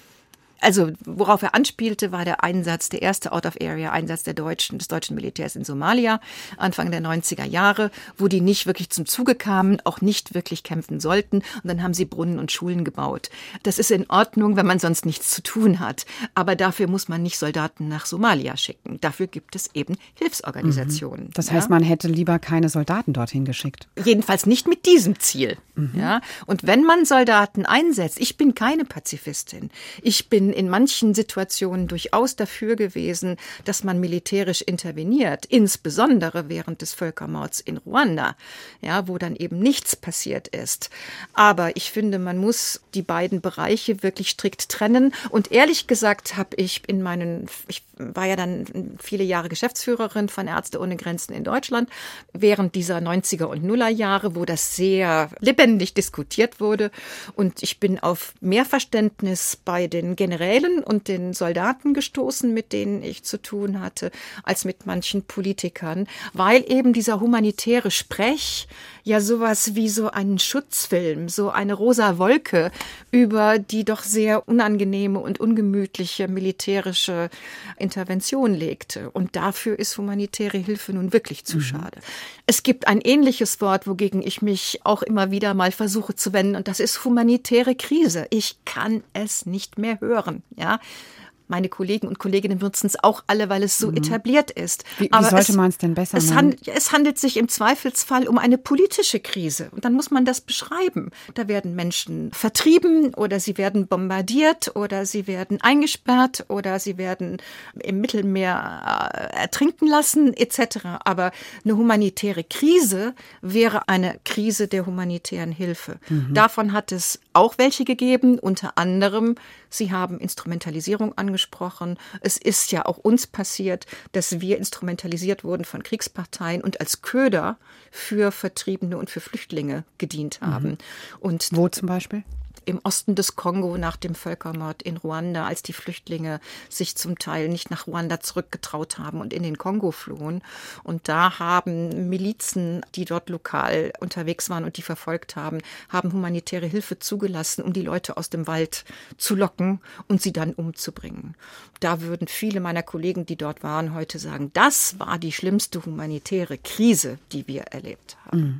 Also worauf er anspielte, war der Einsatz, der erste Out-of-Area-Einsatz der Deutschen, des deutschen Militärs in Somalia, Anfang der neunziger Jahre, wo die nicht wirklich zum Zuge kamen, auch nicht wirklich kämpfen sollten. Und dann haben sie Brunnen und Schulen gebaut. Das ist in Ordnung, wenn man sonst nichts zu tun hat. Aber dafür muss man nicht Soldaten nach Somalia schicken. Dafür gibt es eben Hilfsorganisationen. Das heißt, ja? man hätte lieber keine Soldaten dorthin geschickt. Jedenfalls nicht mit diesem Ziel. Mhm. Ja? Und wenn man Soldaten einsetzt, ich bin keine Pazifistin. Ich bin in manchen Situationen durchaus dafür gewesen, dass man militärisch interveniert, insbesondere während des Völkermords in Ruanda, ja, wo dann eben nichts passiert ist. Aber ich finde, man muss die beiden Bereiche wirklich strikt trennen. Und ehrlich gesagt habe ich in meinen, ich war ja dann viele Jahre Geschäftsführerin von Ärzte ohne Grenzen in Deutschland, während dieser neunziger und Nuller Jahre, wo das sehr lebendig diskutiert wurde. Und ich bin auf mehr Verständnis bei den Generälen und den Soldaten gestoßen, mit denen ich zu tun hatte, als mit manchen Politikern, weil eben dieser humanitäre Sprech ja sowas wie so einen Schutzfilm, so eine rosa Wolke über die doch sehr unangenehme und ungemütliche militärische Intervention legte. Und dafür ist humanitäre Hilfe nun wirklich zu mhm. schade. Es gibt ein ähnliches Wort, wogegen ich mich auch immer wieder mal versuche zu wenden, und das ist humanitäre Krise. Ich kann es nicht mehr hören. Ja, meine Kollegen und Kolleginnen nutzen es auch alle, weil es so mhm. etabliert ist. Wie, wie sollte man es denn besser es nennen? Hand, es handelt sich im Zweifelsfall um eine politische Krise. Und dann muss man das beschreiben. Da werden Menschen vertrieben oder sie werden bombardiert oder sie werden eingesperrt oder sie werden im Mittelmeer äh, ertrinken lassen et cetera. Aber eine humanitäre Krise wäre eine Krise der humanitären Hilfe. Mhm. Davon hat es auch welche gegeben, unter anderem, Sie haben Instrumentalisierung angesprochen. Es ist ja auch uns passiert, dass wir instrumentalisiert wurden von Kriegsparteien und als Köder für Vertriebene und für Flüchtlinge gedient haben. Mhm. Und wo zum Beispiel? im Osten des Kongo nach dem Völkermord in Ruanda, als die Flüchtlinge sich zum Teil nicht nach Ruanda zurückgetraut haben und in den Kongo flohen. Und da haben Milizen, die dort lokal unterwegs waren und die verfolgt haben, haben humanitäre Hilfe zugelassen, um die Leute aus dem Wald zu locken und sie dann umzubringen. Da würden viele meiner Kollegen, die dort waren, heute sagen, das war die schlimmste humanitäre Krise, die wir erlebt haben. Mhm.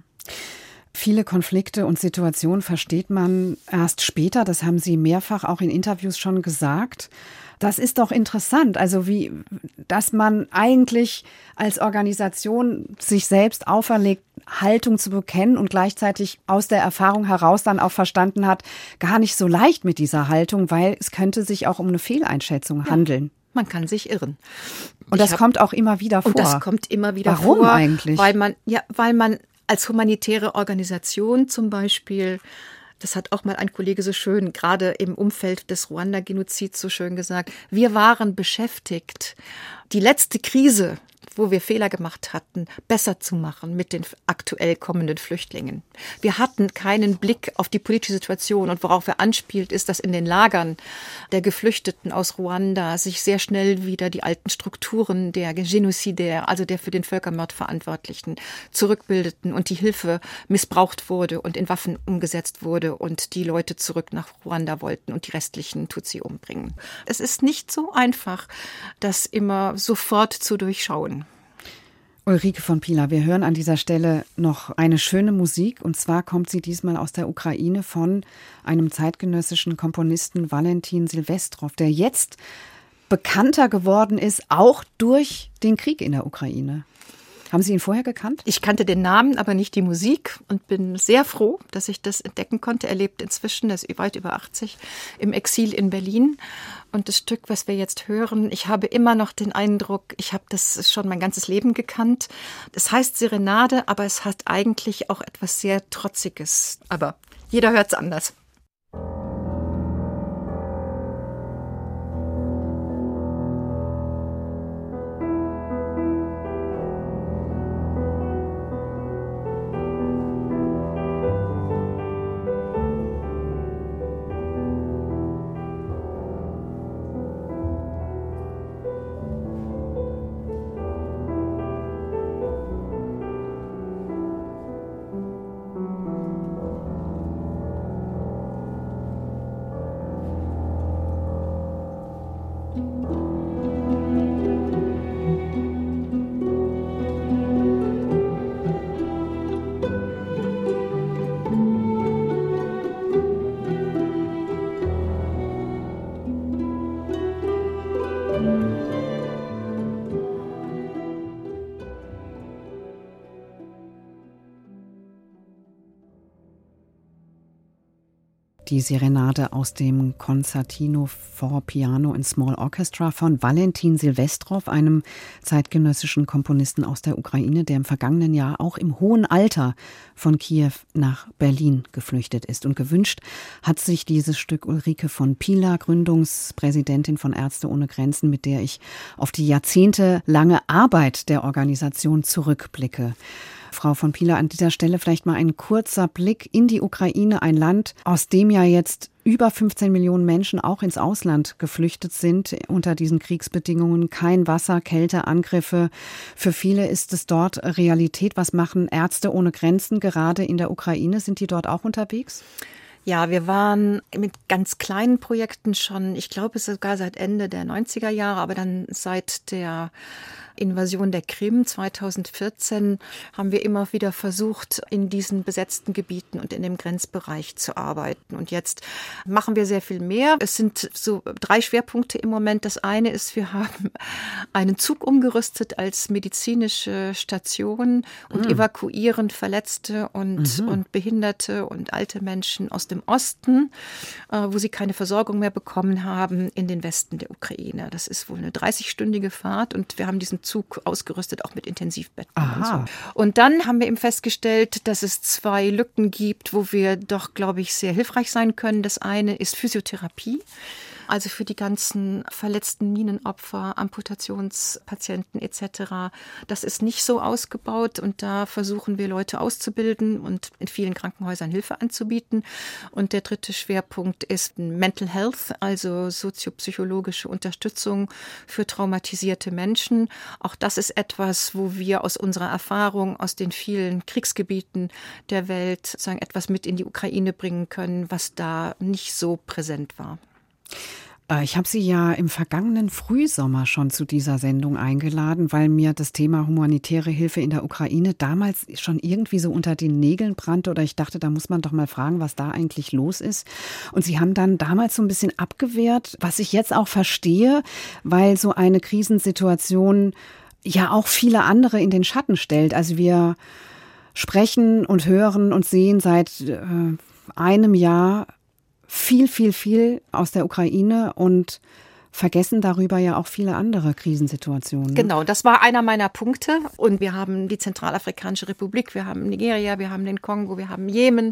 Viele Konflikte und Situationen versteht man erst später. Das haben Sie mehrfach auch in Interviews schon gesagt. Das ist doch interessant. Also wie, dass man eigentlich als Organisation sich selbst auferlegt, Haltung zu bekennen und gleichzeitig aus der Erfahrung heraus dann auch verstanden hat, gar nicht so leicht mit dieser Haltung, weil es könnte sich auch um eine Fehleinschätzung handeln. Ja. Man kann sich irren. Und das hab, kommt auch immer wieder vor. Und das kommt immer wieder Warum vor. Warum eigentlich? Weil man, ja, weil man als humanitäre Organisation zum Beispiel, das hat auch mal ein Kollege so schön, gerade im Umfeld des Ruanda-Genozids so schön gesagt, wir waren beschäftigt, die letzte Krise, wo wir Fehler gemacht hatten, besser zu machen mit den aktuell kommenden Flüchtlingen. Wir hatten keinen Blick auf die politische Situation und worauf er anspielt, ist, dass in den Lagern der Geflüchteten aus Ruanda sich sehr schnell wieder die alten Strukturen der Genozidär, also der für den Völkermord Verantwortlichen, zurückbildeten und die Hilfe missbraucht wurde und in Waffen umgesetzt wurde und die Leute zurück nach Ruanda wollten und die restlichen Tutsi umbringen. Es ist nicht so einfach, das immer sofort zu durchschauen. Ulrike von Pilar, wir hören an dieser Stelle noch eine schöne Musik. Und zwar kommt sie diesmal aus der Ukraine von einem zeitgenössischen Komponisten Valentin Silvestrov, der jetzt bekannter geworden ist, auch durch den Krieg in der Ukraine. Haben Sie ihn vorher gekannt? Ich kannte den Namen, aber nicht die Musik und bin sehr froh, dass ich das entdecken konnte. Er lebt inzwischen, er ist weit über achtzig, im Exil in Berlin. Und das Stück, was wir jetzt hören, ich habe immer noch den Eindruck, ich habe das schon mein ganzes Leben gekannt. Es heißt Serenade, aber es hat eigentlich auch etwas sehr Trotziges. Aber jeder hört es anders. Die Serenade aus dem Concertino for Piano and Small Orchestra von Valentin Silvestrov, einem zeitgenössischen Komponisten aus der Ukraine, der im vergangenen Jahr auch im hohen Alter von Kiew nach Berlin geflüchtet ist. Und gewünscht hat sich dieses Stück Ulrike von Pilar, Gründungspräsidentin von Ärzte ohne Grenzen, mit der ich auf die jahrzehntelange Arbeit der Organisation zurückblicke. Frau von Pilar, an dieser Stelle vielleicht mal ein kurzer Blick in die Ukraine, ein Land, aus dem ja jetzt über fünfzehn Millionen Menschen auch ins Ausland geflüchtet sind unter diesen Kriegsbedingungen. Kein Wasser, Kälte, Angriffe. Für viele ist es dort Realität. Was machen Ärzte ohne Grenzen gerade in der Ukraine? Sind die dort auch unterwegs? Ja, wir waren mit ganz kleinen Projekten schon, ich glaube sogar seit Ende der neunziger Jahre, aber dann seit der Invasion der Krim zweitausendvierzehn haben wir immer wieder versucht, in diesen besetzten Gebieten und in dem Grenzbereich zu arbeiten. Und jetzt machen wir sehr viel mehr. Es sind so drei Schwerpunkte im Moment. Das eine ist, wir haben einen Zug umgerüstet als medizinische Station und mhm. evakuieren Verletzte und, mhm. und Behinderte und alte Menschen aus dem Osten, wo sie keine Versorgung mehr bekommen haben, in den Westen der Ukraine. Das ist wohl eine dreißigstündige Fahrt und wir haben diesen Zug ausgerüstet, auch mit Intensivbetten. Aha. Und so. Und dann haben wir eben festgestellt, dass es zwei Lücken gibt, wo wir doch, glaube ich, sehr hilfreich sein können. Das eine ist Physiotherapie. Also für die ganzen verletzten Minenopfer, Amputationspatienten et cetera. Das ist nicht so ausgebaut und da versuchen wir Leute auszubilden und in vielen Krankenhäusern Hilfe anzubieten. Und der dritte Schwerpunkt ist Mental Health, also soziopsychologische Unterstützung für traumatisierte Menschen. Auch das ist etwas, wo wir aus unserer Erfahrung aus den vielen Kriegsgebieten der Welt sozusagen etwas mit in die Ukraine bringen können, was da nicht so präsent war. Ich habe Sie ja im vergangenen Frühsommer schon zu dieser Sendung eingeladen, weil mir das Thema humanitäre Hilfe in der Ukraine damals schon irgendwie so unter den Nägeln brannte oder ich dachte, da muss man doch mal fragen, was da eigentlich los ist. Und Sie haben dann damals so ein bisschen abgewehrt, was ich jetzt auch verstehe, weil so eine Krisensituation ja auch viele andere in den Schatten stellt. Also wir sprechen und hören und sehen seit äh, einem Jahr viel, viel, viel aus der Ukraine und vergessen darüber ja auch viele andere Krisensituationen. Genau, das war einer meiner Punkte. Und wir haben die Zentralafrikanische Republik, wir haben Nigeria, wir haben den Kongo, wir haben Jemen.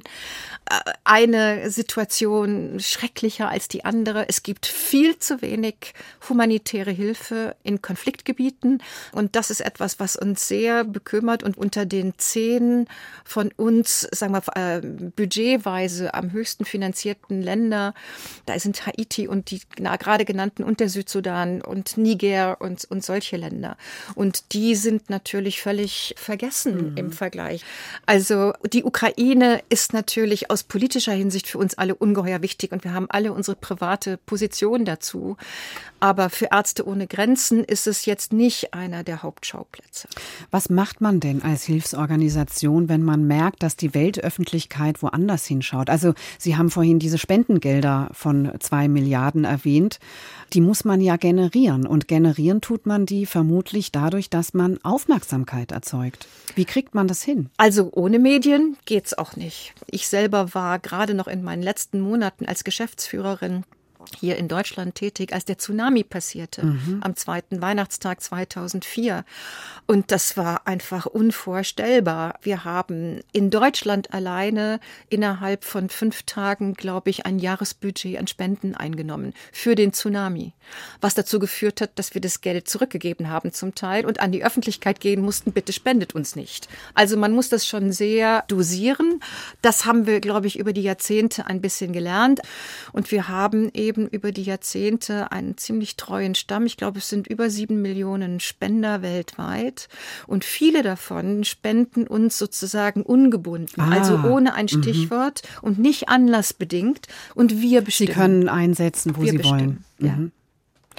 Eine Situation schrecklicher als die andere. Es gibt viel zu wenig humanitäre Hilfe in Konfliktgebieten. Und das ist etwas, was uns sehr bekümmert. Und unter den zehn von uns, sagen wir, budgetweise am höchsten finanzierten Länder, da sind Haiti und die gerade genannten und der Südsudan und Niger und, und solche Länder. Und die sind natürlich völlig vergessen mhm. im Vergleich. Also die Ukraine ist natürlich aus politischer Hinsicht für uns alle ungeheuer wichtig und wir haben alle unsere private Position dazu. Aber für Ärzte ohne Grenzen ist es jetzt nicht einer der Hauptschauplätze. Was macht man denn als Hilfsorganisation, wenn man merkt, dass die Weltöffentlichkeit woanders hinschaut? Also Sie haben vorhin diese Spendengelder von zwei Milliarden erwähnt. Die muss man ja generieren. Und generieren tut man die vermutlich dadurch, dass man Aufmerksamkeit erzeugt. Wie kriegt man das hin? Also ohne Medien geht's auch nicht. Ich selber war gerade noch in meinen letzten Monaten als Geschäftsführerin hier in Deutschland tätig, als der Tsunami passierte, mhm. am zweiten Weihnachtstag zweitausendvier. Und das war einfach unvorstellbar. Wir haben in Deutschland alleine innerhalb von fünf Tagen, glaube ich, ein Jahresbudget an Spenden eingenommen für den Tsunami. Was dazu geführt hat, dass wir das Geld zurückgegeben haben zum Teil und an die Öffentlichkeit gehen mussten, bitte spendet uns nicht. Also man muss das schon sehr dosieren. Das haben wir, glaube ich, über die Jahrzehnte ein bisschen gelernt. Und wir haben eben über die Jahrzehnte einen ziemlich treuen Stamm. Ich glaube, es sind über sieben Millionen Spender weltweit. Und viele davon spenden uns sozusagen ungebunden, ah, also ohne ein Stichwort m- und nicht anlassbedingt. Und wir bestimmen. Sie können einsetzen, wo wir Sie bestimmen. wollen. Mhm. Ja.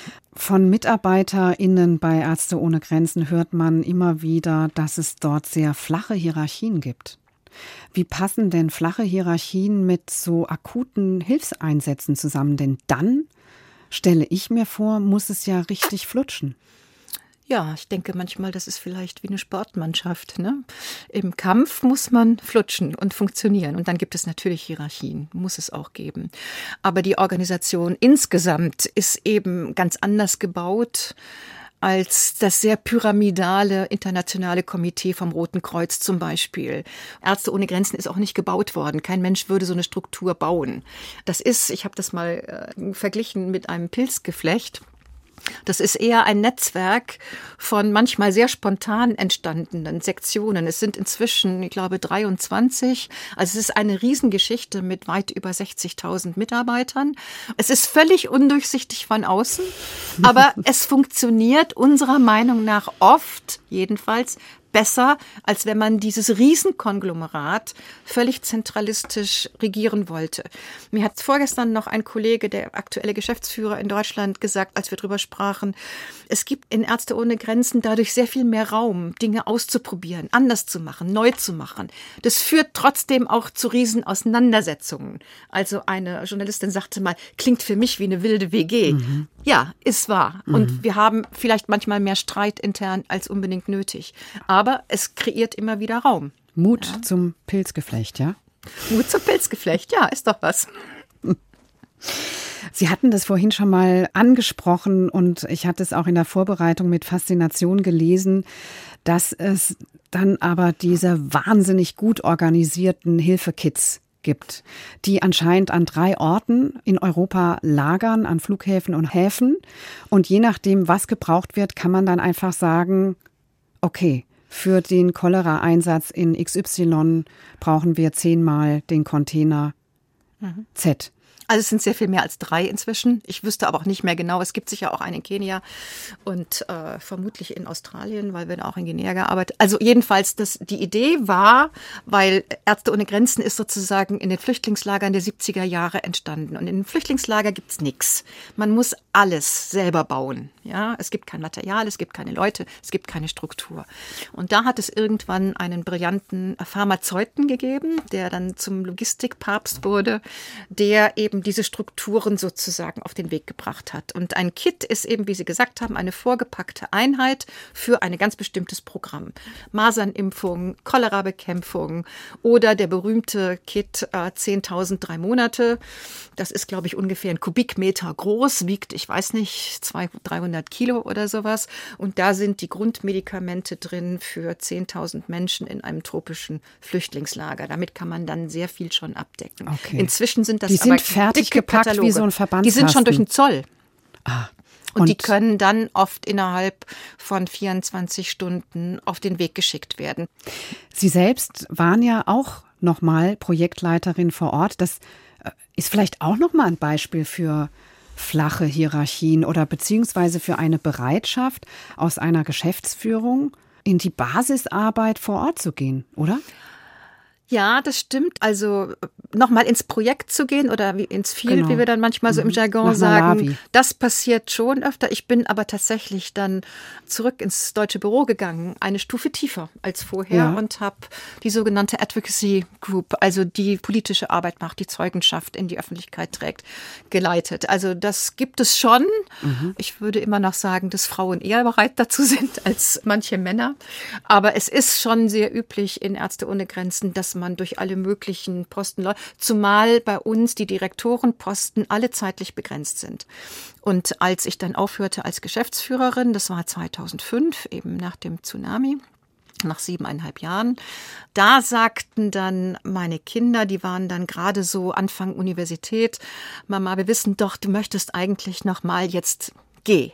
Von MitarbeiterInnen bei Ärzte ohne Grenzen hört man immer wieder, dass es dort sehr flache Hierarchien gibt. Wie passen denn flache Hierarchien mit so akuten Hilfseinsätzen zusammen? Denn dann, stelle ich mir vor, muss es ja richtig flutschen. Ja, ich denke manchmal, das ist vielleicht wie eine Sportmannschaft, ne? Im Kampf muss man flutschen und funktionieren. Und dann gibt es natürlich Hierarchien, muss es auch geben. Aber die Organisation insgesamt ist eben ganz anders gebaut als das sehr pyramidale internationale Komitee vom Roten Kreuz zum Beispiel. Ärzte ohne Grenzen ist auch nicht gebaut worden. Kein Mensch würde so eine Struktur bauen. Das ist, ich habe das mal äh, verglichen mit einem Pilzgeflecht. Das ist eher ein Netzwerk von manchmal sehr spontan entstandenen Sektionen. Es sind inzwischen, ich glaube, dreiundzwanzig. Also es ist eine Riesengeschichte mit weit über sechzigtausend Mitarbeitern. Es ist völlig undurchsichtig von außen, aber es funktioniert unserer Meinung nach oft, jedenfalls, besser, als wenn man dieses Riesenkonglomerat völlig zentralistisch regieren wollte. Mir hat vorgestern noch ein Kollege, der aktuelle Geschäftsführer in Deutschland, gesagt, als wir drüber sprachen, es gibt in Ärzte ohne Grenzen dadurch sehr viel mehr Raum, Dinge auszuprobieren, anders zu machen, neu zu machen. Das führt trotzdem auch zu Riesenauseinandersetzungen. Also eine Journalistin sagte mal, klingt für mich wie eine wilde W G. Mhm. Ja, ist wahr. Mhm. Und wir haben vielleicht manchmal mehr Streit intern als unbedingt nötig. Aber Aber es kreiert immer wieder Raum. Mut ja. zum Pilzgeflecht, ja? Mut zum Pilzgeflecht, ja, ist doch was. Sie hatten das vorhin schon mal angesprochen und ich hatte es auch in der Vorbereitung mit Faszination gelesen, dass es dann aber diese wahnsinnig gut organisierten Hilfekits gibt, die anscheinend an drei Orten in Europa lagern, an Flughäfen und Häfen. Und je nachdem, was gebraucht wird, kann man dann einfach sagen, okay, für den Cholera-Einsatz in X Y brauchen wir zehnmal den Container mhm. Z. Also es sind sehr viel mehr als drei inzwischen. Ich wüsste aber auch nicht mehr genau. Es gibt sicher auch einen in Kenia und äh, vermutlich in Australien, weil wir da auch in Guinea gearbeitet. Also jedenfalls, das, die Idee war, weil Ärzte ohne Grenzen ist sozusagen in den Flüchtlingslagern der siebziger Jahre entstanden. Und in den Flüchtlingslager gibt's nichts. Man muss alles selber bauen. Ja, es gibt kein Material, es gibt keine Leute, es gibt keine Struktur. Und da hat es irgendwann einen brillanten Pharmazeuten gegeben, der dann zum Logistikpapst wurde, der eben diese Strukturen sozusagen auf den Weg gebracht hat. Und ein Kit ist eben, wie Sie gesagt haben, eine vorgepackte Einheit für ein ganz bestimmtes Programm. Masernimpfung, Cholera-Bekämpfung oder der berühmte Kit äh, zehntausend drei Monate. Das ist, glaube ich, ungefähr ein Kubikmeter groß, wiegt, ich weiß nicht, zweihundert, dreihundert Kilo oder sowas. Und da sind die Grundmedikamente drin für zehntausend Menschen in einem tropischen Flüchtlingslager. Damit kann man dann sehr viel schon abdecken. Okay. Inzwischen sind das die aber sind fertig gepackt Kataloge. Wie so ein Verbandskasten. Die sind schon durch den Zoll. Ah. Und, und die können dann oft innerhalb von vierundzwanzig Stunden auf den Weg geschickt werden. Sie selbst waren ja auch nochmal Projektleiterin vor Ort. Das ist vielleicht auch nochmal ein Beispiel für flache Hierarchien oder beziehungsweise für eine Bereitschaft aus einer Geschäftsführung in die Basisarbeit vor Ort zu gehen, oder? Ja, das stimmt. Also nochmal ins Projekt zu gehen oder wie ins Field, genau. wie wir dann manchmal so im Jargon Nach sagen, Malawi. Das passiert schon öfter. Ich bin aber tatsächlich dann zurück ins deutsche Büro gegangen, eine Stufe tiefer als vorher ja. und habe die sogenannte Advocacy Group, also die politische Arbeit macht, die Zeugenschaft in die Öffentlichkeit trägt, geleitet. Also das gibt es schon. Mhm. Ich würde immer noch sagen, dass Frauen eher bereit dazu sind als manche Männer. Aber es ist schon sehr üblich in Ärzte ohne Grenzen, dass man durch alle möglichen Posten läuft, zumal bei uns die Direktorenposten alle zeitlich begrenzt sind. Und als ich dann aufhörte als Geschäftsführerin, das war zweitausendfünf, eben nach dem Tsunami, nach siebeneinhalb Jahren, da sagten dann meine Kinder, die waren dann gerade so Anfang Universität, Mama, wir wissen doch, du möchtest eigentlich noch mal jetzt geh.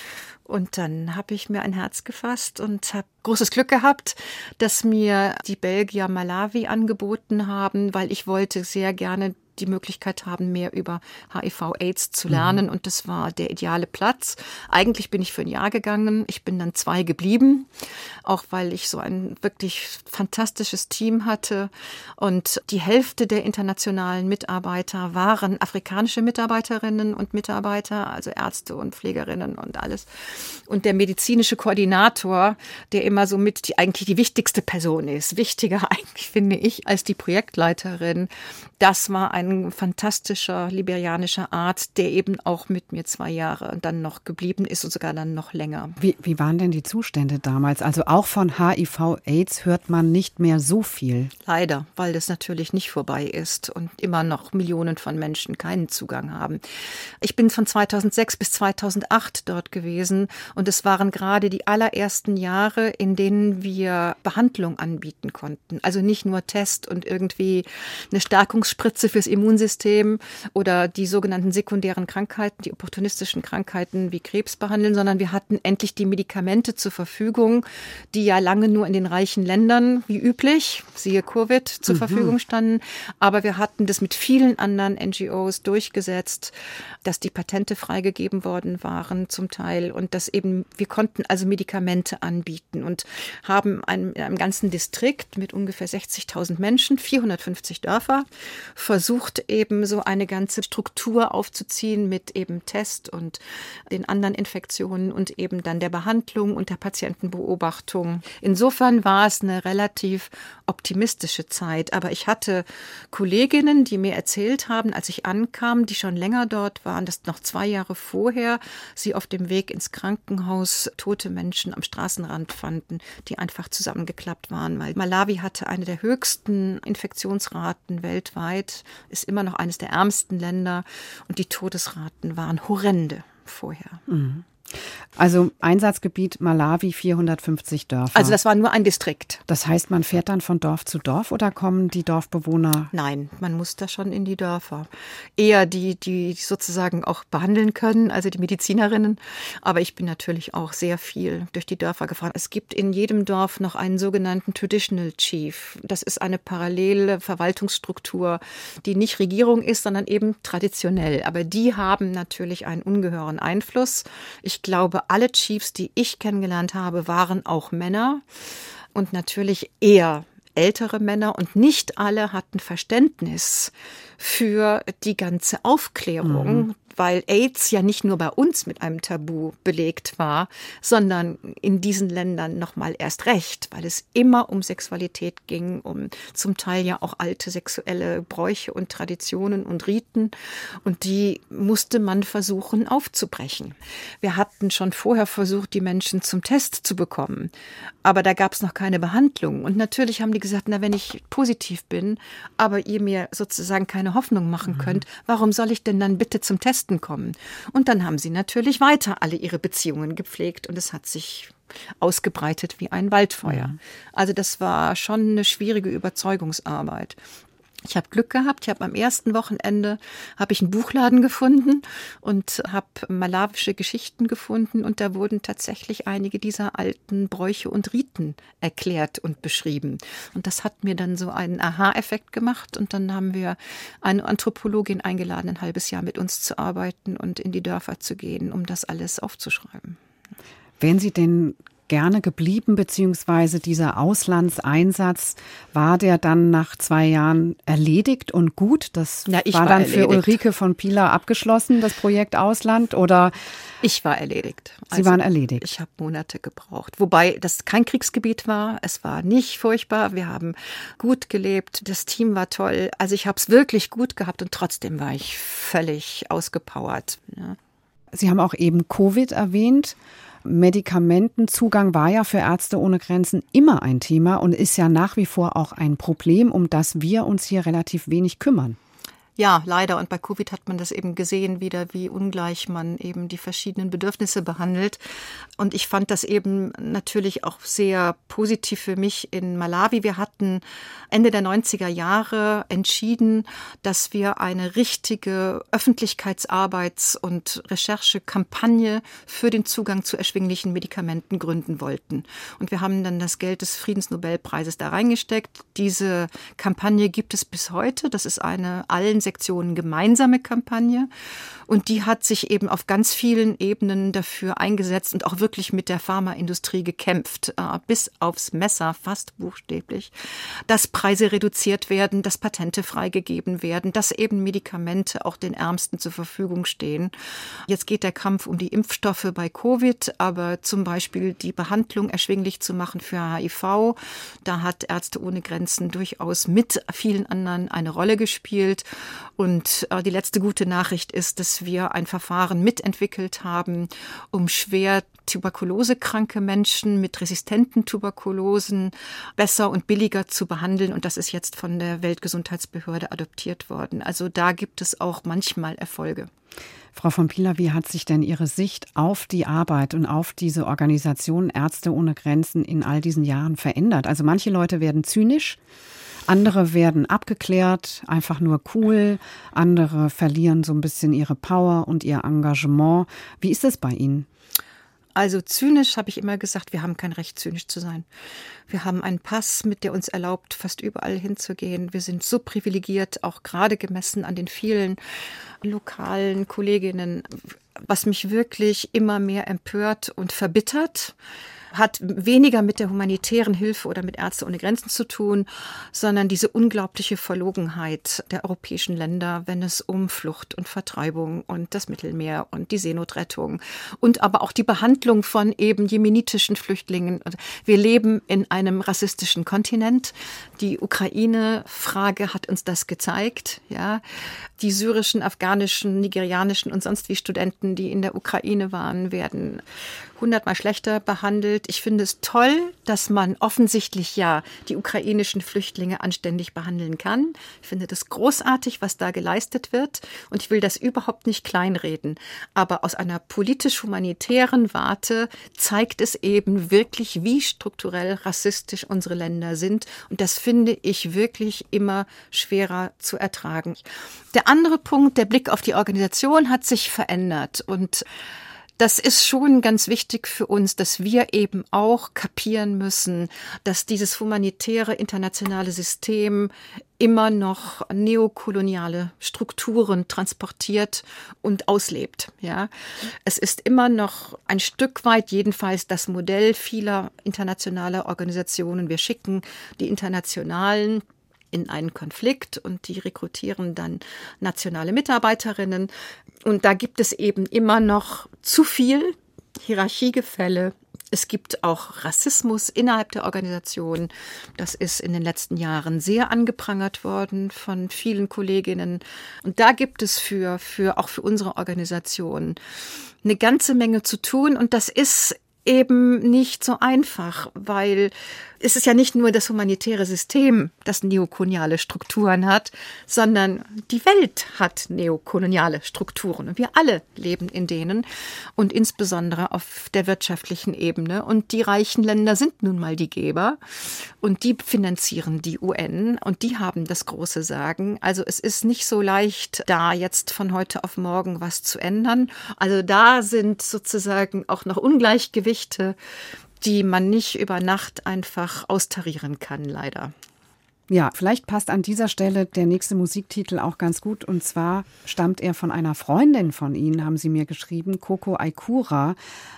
Und dann habe ich mir ein Herz gefasst und habe großes Glück gehabt, dass mir die Belgier Malawi angeboten haben, weil ich wollte sehr gerne die Möglichkeit haben, mehr über H I V Aids zu lernen. Mhm. Und das war der ideale Platz. Eigentlich bin ich für ein Jahr gegangen. Ich bin dann zwei geblieben, auch weil ich so ein wirklich fantastisches Team hatte. Und die Hälfte der internationalen Mitarbeiter waren afrikanische Mitarbeiterinnen und Mitarbeiter, also Ärzte und Pflegerinnen und alles. Und der medizinische Koordinator, der immer so mit die, eigentlich die wichtigste Person ist, wichtiger eigentlich, finde ich, als die Projektleiterin, das war ein fantastischer liberianischer Arzt, der eben auch mit mir zwei Jahre dann noch geblieben ist und sogar dann noch länger. Wie, wie waren denn die Zustände damals? Also auch von H I V Aids hört man nicht mehr so viel. Leider, weil das natürlich nicht vorbei ist und immer noch Millionen von Menschen keinen Zugang haben. Ich bin von zweitausendsechs bis zweitausendacht dort gewesen und es waren gerade die allerersten Jahre, in denen wir Behandlung anbieten konnten. Also nicht nur Test und irgendwie eine Stärkungsspritze fürs Immunsystem oder die sogenannten sekundären Krankheiten, die opportunistischen Krankheiten wie Krebs behandeln, sondern wir hatten endlich die Medikamente zur Verfügung, die ja lange nur in den reichen Ländern, wie üblich, siehe Covid, zur mhm. Verfügung standen. Aber wir hatten das mit vielen anderen N G Os durchgesetzt, dass die Patente freigegeben worden waren zum Teil und dass eben, wir konnten also Medikamente anbieten und haben einen, in einem ganzen Distrikt mit ungefähr sechzigtausend Menschen, vierhundertfünfzig Dörfer, versucht eben so eine ganze Struktur aufzuziehen mit eben Test und den anderen Infektionen und eben dann der Behandlung und der Patientenbeobachtung. Insofern war es eine relativ optimistische Zeit. Aber ich hatte Kolleginnen, die mir erzählt haben, als ich ankam, die schon länger dort waren, dass noch zwei Jahre vorher sie auf dem Weg ins Krankenhaus tote Menschen am Straßenrand fanden, die einfach zusammengeklappt waren, weil Malawi hatte eine der höchsten Infektionsraten weltweit, ist immer noch eines der ärmsten Länder und die Todesraten waren horrende vorher. Mhm. Also Einsatzgebiet Malawi, vierhundertfünfzig Dörfer. Also das war nur ein Distrikt. Das heißt, man fährt dann von Dorf zu Dorf oder kommen die Dorfbewohner? Nein, man muss da schon in die Dörfer. Eher die, die sozusagen auch behandeln können, also die Medizinerinnen. Aber ich bin natürlich auch sehr viel durch die Dörfer gefahren. Es gibt in jedem Dorf noch einen sogenannten Traditional Chief. Das ist eine parallele Verwaltungsstruktur, die nicht Regierung ist, sondern eben traditionell. Aber die haben natürlich einen ungeheuren Einfluss. Ich glaube, alle Chiefs, die ich kennengelernt habe, waren auch Männer und natürlich eher ältere Männer und nicht alle hatten Verständnis für die ganze Aufklärung, mhm. weil AIDS ja nicht nur bei uns mit einem Tabu belegt war, sondern in diesen Ländern noch mal erst recht, weil es immer um Sexualität ging, um zum Teil ja auch alte sexuelle Bräuche und Traditionen und Riten und die musste man versuchen aufzubrechen. Wir hatten schon vorher versucht, die Menschen zum Test zu bekommen, aber da gab es noch keine Behandlung und natürlich haben die gesagt, na, wenn ich positiv bin, aber ihr mir sozusagen keine Hoffnung machen könnt, warum soll ich denn dann bitte zum Testen kommen? Und dann haben sie natürlich weiter alle ihre Beziehungen gepflegt und es hat sich ausgebreitet wie ein Waldfeuer. Ja. Also das war schon eine schwierige Überzeugungsarbeit. Ich habe Glück gehabt. Ich habe am ersten Wochenende habe ich einen Buchladen gefunden und habe malawische Geschichten gefunden und da wurden tatsächlich einige dieser alten Bräuche und Riten erklärt und beschrieben. Und das hat mir dann so einen Aha-Effekt gemacht und dann haben wir eine Anthropologin eingeladen, ein halbes Jahr mit uns zu arbeiten und in die Dörfer zu gehen, um das alles aufzuschreiben. Wären Sie denn gerne geblieben, beziehungsweise dieser Auslandseinsatz, war der dann nach zwei Jahren erledigt und gut? Das ja, war, war dann erledigt. Für Ulrike von Pilar abgeschlossen, das Projekt Ausland, oder? Ich war erledigt. Sie also, waren erledigt. Ich habe Monate gebraucht, wobei das kein Kriegsgebiet war. Es war nicht furchtbar. Wir haben gut gelebt. Das Team war toll. Also ich habe es wirklich gut gehabt und trotzdem war ich völlig ausgepowert. Ja. Sie haben auch eben Covid erwähnt. Medikamentenzugang war ja für Ärzte ohne Grenzen immer ein Thema und ist ja nach wie vor auch ein Problem, um das wir uns hier relativ wenig kümmern. Ja, leider. Und bei Covid hat man das eben gesehen wieder, wie ungleich man eben die verschiedenen Bedürfnisse behandelt. Und ich fand das eben natürlich auch sehr positiv für mich in Malawi. Wir hatten Ende der neunziger Jahre entschieden, dass wir eine richtige Öffentlichkeitsarbeits- und Recherchekampagne für den Zugang zu erschwinglichen Medikamenten gründen wollten. Und wir haben dann das Geld des Friedensnobelpreises da reingesteckt. Diese Kampagne gibt es bis heute. Das ist eine allen Sektionen gemeinsame Kampagne und die hat sich eben auf ganz vielen Ebenen dafür eingesetzt und auch wirklich mit der Pharmaindustrie gekämpft, äh, bis aufs Messer, fast buchstäblich, dass Preise reduziert werden, dass Patente freigegeben werden, dass eben Medikamente auch den Ärmsten zur Verfügung stehen. Jetzt geht der Kampf um die Impfstoffe bei Covid, aber zum Beispiel die Behandlung erschwinglich zu machen für H I V, da hat Ärzte ohne Grenzen durchaus mit vielen anderen eine Rolle gespielt. Und äh, die letzte gute Nachricht ist, dass wir ein Verfahren mitentwickelt haben, um schwer tuberkulosekranke Menschen mit resistenten Tuberkulosen besser und billiger zu behandeln. Und das ist jetzt von der Weltgesundheitsbehörde adoptiert worden. Also da gibt es auch manchmal Erfolge. Frau von Pilar, wie hat sich denn Ihre Sicht auf die Arbeit und auf diese Organisation Ärzte ohne Grenzen in all diesen Jahren verändert? Also manche Leute werden zynisch. Andere werden abgeklärt, einfach nur cool. Andere verlieren so ein bisschen ihre Power und ihr Engagement. Wie ist es bei Ihnen? Also zynisch habe ich immer gesagt, wir haben kein Recht, zynisch zu sein. Wir haben einen Pass, mit der uns erlaubt, fast überall hinzugehen. Wir sind so privilegiert, auch gerade gemessen an den vielen lokalen Kolleginnen. Was mich wirklich immer mehr empört und verbittert, hat weniger mit der humanitären Hilfe oder mit Ärzte ohne Grenzen zu tun, sondern diese unglaubliche Verlogenheit der europäischen Länder, wenn es um Flucht und Vertreibung und das Mittelmeer und die Seenotrettung und aber auch die Behandlung von eben jemenitischen Flüchtlingen. Wir leben in einem rassistischen Kontinent. Die Ukraine-Frage hat uns das gezeigt. Ja, die syrischen, afghanischen, nigerianischen und sonst wie Studenten, die in der Ukraine waren, werden hundertmal schlechter behandelt. Schritt. Ich finde es toll, dass man offensichtlich ja die ukrainischen Flüchtlinge anständig behandeln kann. Ich finde das großartig, was da geleistet wird. Und ich will das überhaupt nicht kleinreden. Aber aus einer politisch-humanitären Warte zeigt es eben wirklich, wie strukturell rassistisch unsere Länder sind. Und das finde ich wirklich immer schwerer zu ertragen. Der andere Punkt, der Blick auf die Organisation hat sich verändert. Und das ist schon ganz wichtig für uns, dass wir eben auch kapieren müssen, dass dieses humanitäre internationale System immer noch neokoloniale Strukturen transportiert und auslebt. Ja, es ist immer noch ein Stück weit jedenfalls das Modell vieler internationaler Organisationen. Wir schicken die Internationalen in einen Konflikt und die rekrutieren dann nationale Mitarbeiterinnen. Und da gibt es eben immer noch zu viel Hierarchiegefälle. Es gibt auch Rassismus innerhalb der Organisation. Das ist in den letzten Jahren sehr angeprangert worden von vielen Kolleginnen. Und da gibt es für, für, auch für unsere Organisation eine ganze Menge zu tun. Und das ist eben nicht so einfach, weil es ist ja nicht nur das humanitäre System, das neokoloniale Strukturen hat, sondern die Welt hat neokoloniale Strukturen und wir alle leben in denen und insbesondere auf der wirtschaftlichen Ebene. Und die reichen Länder sind nun mal die Geber und die finanzieren die U N und die haben das große Sagen. Also es ist nicht so leicht, da jetzt von heute auf morgen was zu ändern. Also da sind sozusagen auch noch Ungleichgewichte, die man nicht über Nacht einfach austarieren kann, leider. Ja, vielleicht passt an dieser Stelle der nächste Musiktitel auch ganz gut. Und zwar stammt er von einer Freundin von Ihnen, haben Sie mir geschrieben, Koko Aikura,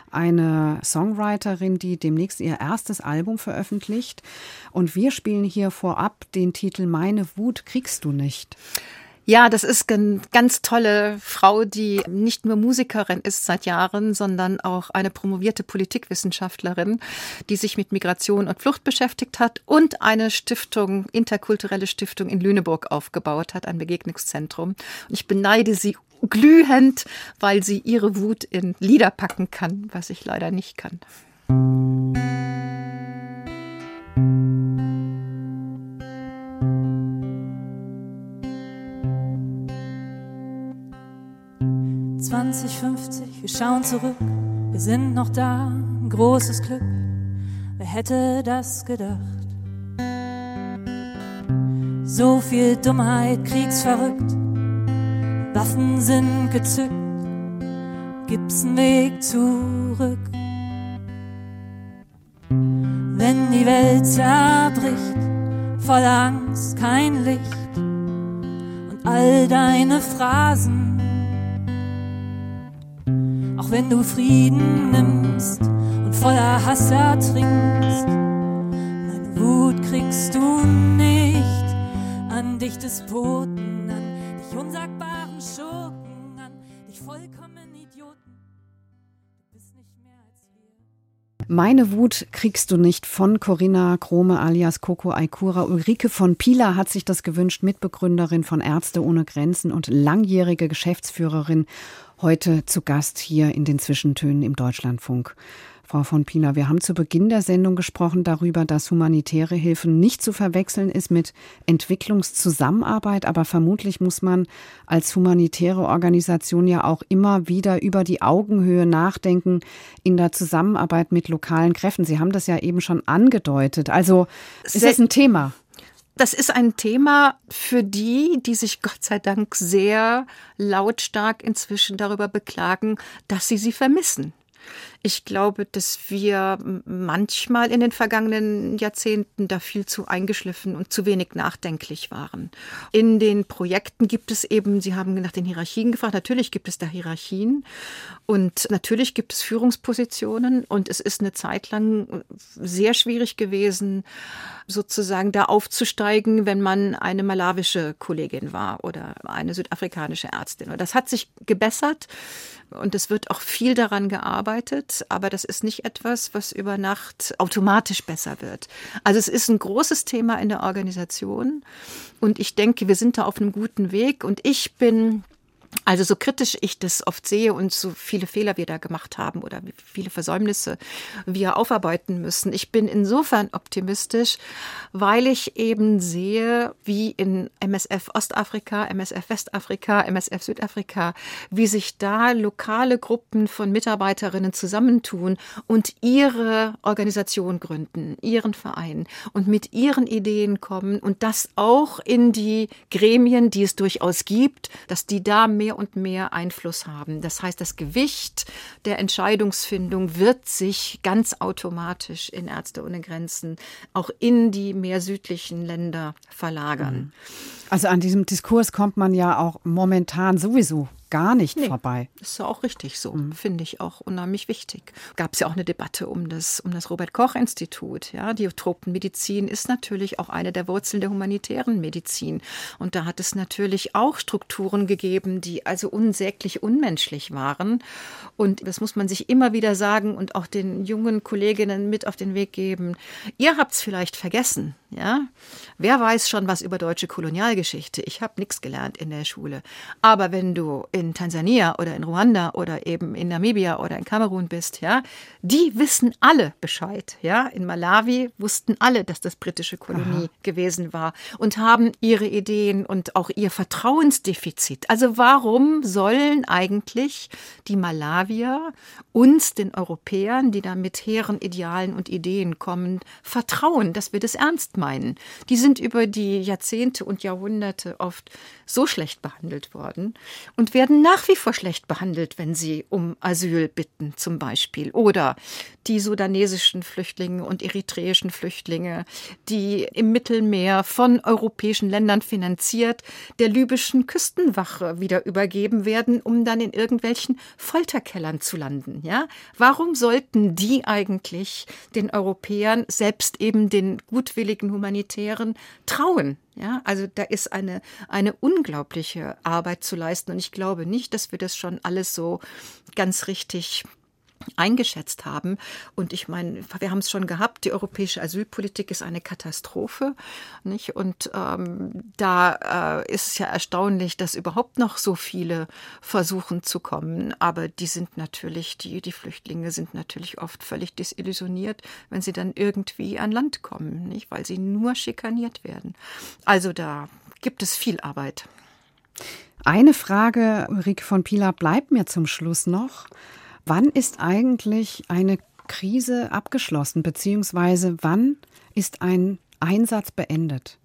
eine Songwriterin, die demnächst ihr erstes Album veröffentlicht. Und wir spielen hier vorab den Titel Meine Wut kriegst du nicht. Ja, das ist eine ganz tolle Frau, die nicht nur Musikerin ist seit Jahren, sondern auch eine promovierte Politikwissenschaftlerin, die sich mit Migration und Flucht beschäftigt hat und eine Stiftung, interkulturelle Stiftung in Lüneburg aufgebaut hat, ein Begegnungszentrum. Und ich beneide sie glühend, weil sie ihre Wut in Lieder packen kann, was ich leider nicht kann. zwanzig fünfzig, wir schauen zurück, wir sind noch da, ein großes Glück, wer hätte das gedacht? So viel Dummheit, kriegsverrückt, Waffen sind gezückt, gibt's einen Weg zurück. Wenn die Welt zerbricht, voller Angst, kein Licht und all deine Phrasen, auch wenn du Frieden nimmst und voller Hass ertrinkst, meine Wut kriegst du nicht an dich Despoten, an dich unsagbaren Schurken, an dich vollkommen Idioten. Du bist nicht mehr als wir. Meine Wut kriegst du nicht von Corinna Krome alias Koko Aikura. Ulrike von Pieler hat sich das gewünscht, Mitbegründerin von Ärzte ohne Grenzen und langjährige Geschäftsführerin, heute zu Gast hier in den Zwischentönen im Deutschlandfunk. Frau von Pieler, wir haben zu Beginn der Sendung gesprochen darüber, dass humanitäre Hilfe nicht zu verwechseln ist mit Entwicklungszusammenarbeit, aber vermutlich muss man als humanitäre Organisation ja auch immer wieder über die Augenhöhe nachdenken in der Zusammenarbeit mit lokalen Kräften. Sie haben das ja eben schon angedeutet. Also ist das ein Thema? Das ist ein Thema für die, die sich Gott sei Dank sehr lautstark inzwischen darüber beklagen, dass sie sie vermissen. Ich glaube, dass wir manchmal in den vergangenen Jahrzehnten da viel zu eingeschliffen und zu wenig nachdenklich waren. In den Projekten gibt es eben, Sie haben nach den Hierarchien gefragt, natürlich gibt es da Hierarchien und natürlich gibt es Führungspositionen und es ist eine Zeit lang sehr schwierig gewesen, sozusagen da aufzusteigen, wenn man eine malawische Kollegin war oder eine südafrikanische Ärztin. Und das hat sich gebessert und es wird auch viel daran gearbeitet, aber das ist nicht etwas, was über Nacht automatisch besser wird. Also es ist ein großes Thema in der Organisation und ich denke, wir sind da auf einem guten Weg und ich bin Also so kritisch ich das oft sehe und so viele Fehler wir da gemacht haben oder wie viele Versäumnisse wir aufarbeiten müssen. Ich bin insofern optimistisch, weil ich eben sehe, wie in M S F Ostafrika, M S F Westafrika, M S F Südafrika, wie sich da lokale Gruppen von Mitarbeiterinnen zusammentun und ihre Organisation gründen, ihren Verein und mit ihren Ideen kommen und das auch in die Gremien, die es durchaus gibt, dass die da mehr und mehr Einfluss haben. Das heißt, das Gewicht der Entscheidungsfindung wird sich ganz automatisch in Ärzte ohne Grenzen auch in die mehr südlichen Länder verlagern. Also an diesem Diskurs kommt man ja auch momentan sowieso gar nicht nee, vorbei. Ist ja auch richtig so, mhm. finde ich auch unheimlich wichtig. Gab es ja auch eine Debatte um das, um das Robert-Koch-Institut. Ja, die Tropenmedizin ist natürlich auch eine der Wurzeln der humanitären Medizin. Und da hat es natürlich auch Strukturen gegeben, die also unsäglich unmenschlich waren. Und das muss man sich immer wieder sagen und auch den jungen Kolleginnen mit auf den Weg geben. Ihr habt es vielleicht vergessen. Ja? Wer weiß schon was über deutsche Kolonialgeschichte? Ich habe nichts gelernt in der Schule. Aber wenn du in Tansania oder in Ruanda oder eben in Namibia oder in Kamerun bist, ja, die wissen alle Bescheid. Ja? In Malawi wussten alle, dass das britische Kolonie Aha. gewesen war und haben ihre Ideen und auch ihr Vertrauensdefizit. Also warum sollen eigentlich die Malawier uns, den Europäern, die da mit hehren Idealen und Ideen kommen, vertrauen, dass wir das ernst meinen? Die sind über die Jahrzehnte und Jahrhunderte oft so schlecht behandelt worden und werden nach wie vor schlecht behandelt, wenn sie um Asyl bitten zum Beispiel. Oder die sudanesischen Flüchtlinge und eritreischen Flüchtlinge, die im Mittelmeer von europäischen Ländern finanziert der libyschen Küstenwache wieder übergeben werden, um dann in irgendwelchen Folterkellern zu landen. Ja? Warum sollten die eigentlich den Europäern, selbst eben den gutwilligen Humanitären, trauen? Ja, also da ist eine, eine unglaubliche Arbeit zu leisten und ich glaube nicht, dass wir das schon alles so ganz richtig eingeschätzt haben. Und ich meine, wir haben es schon gehabt, die europäische Asylpolitik ist eine Katastrophe, nicht? Und ähm, da äh, ist es ja erstaunlich, dass überhaupt noch so viele versuchen zu kommen. Aber die sind natürlich, die, die Flüchtlinge sind natürlich oft völlig desillusioniert, wenn sie dann irgendwie an Land kommen, nicht? Weil sie nur schikaniert werden. Also da gibt es viel Arbeit. Eine Frage, Ulrike von Pilar, bleibt mir zum Schluss noch. Wann ist eigentlich eine Krise abgeschlossen, beziehungsweise wann ist ein Einsatz beendet?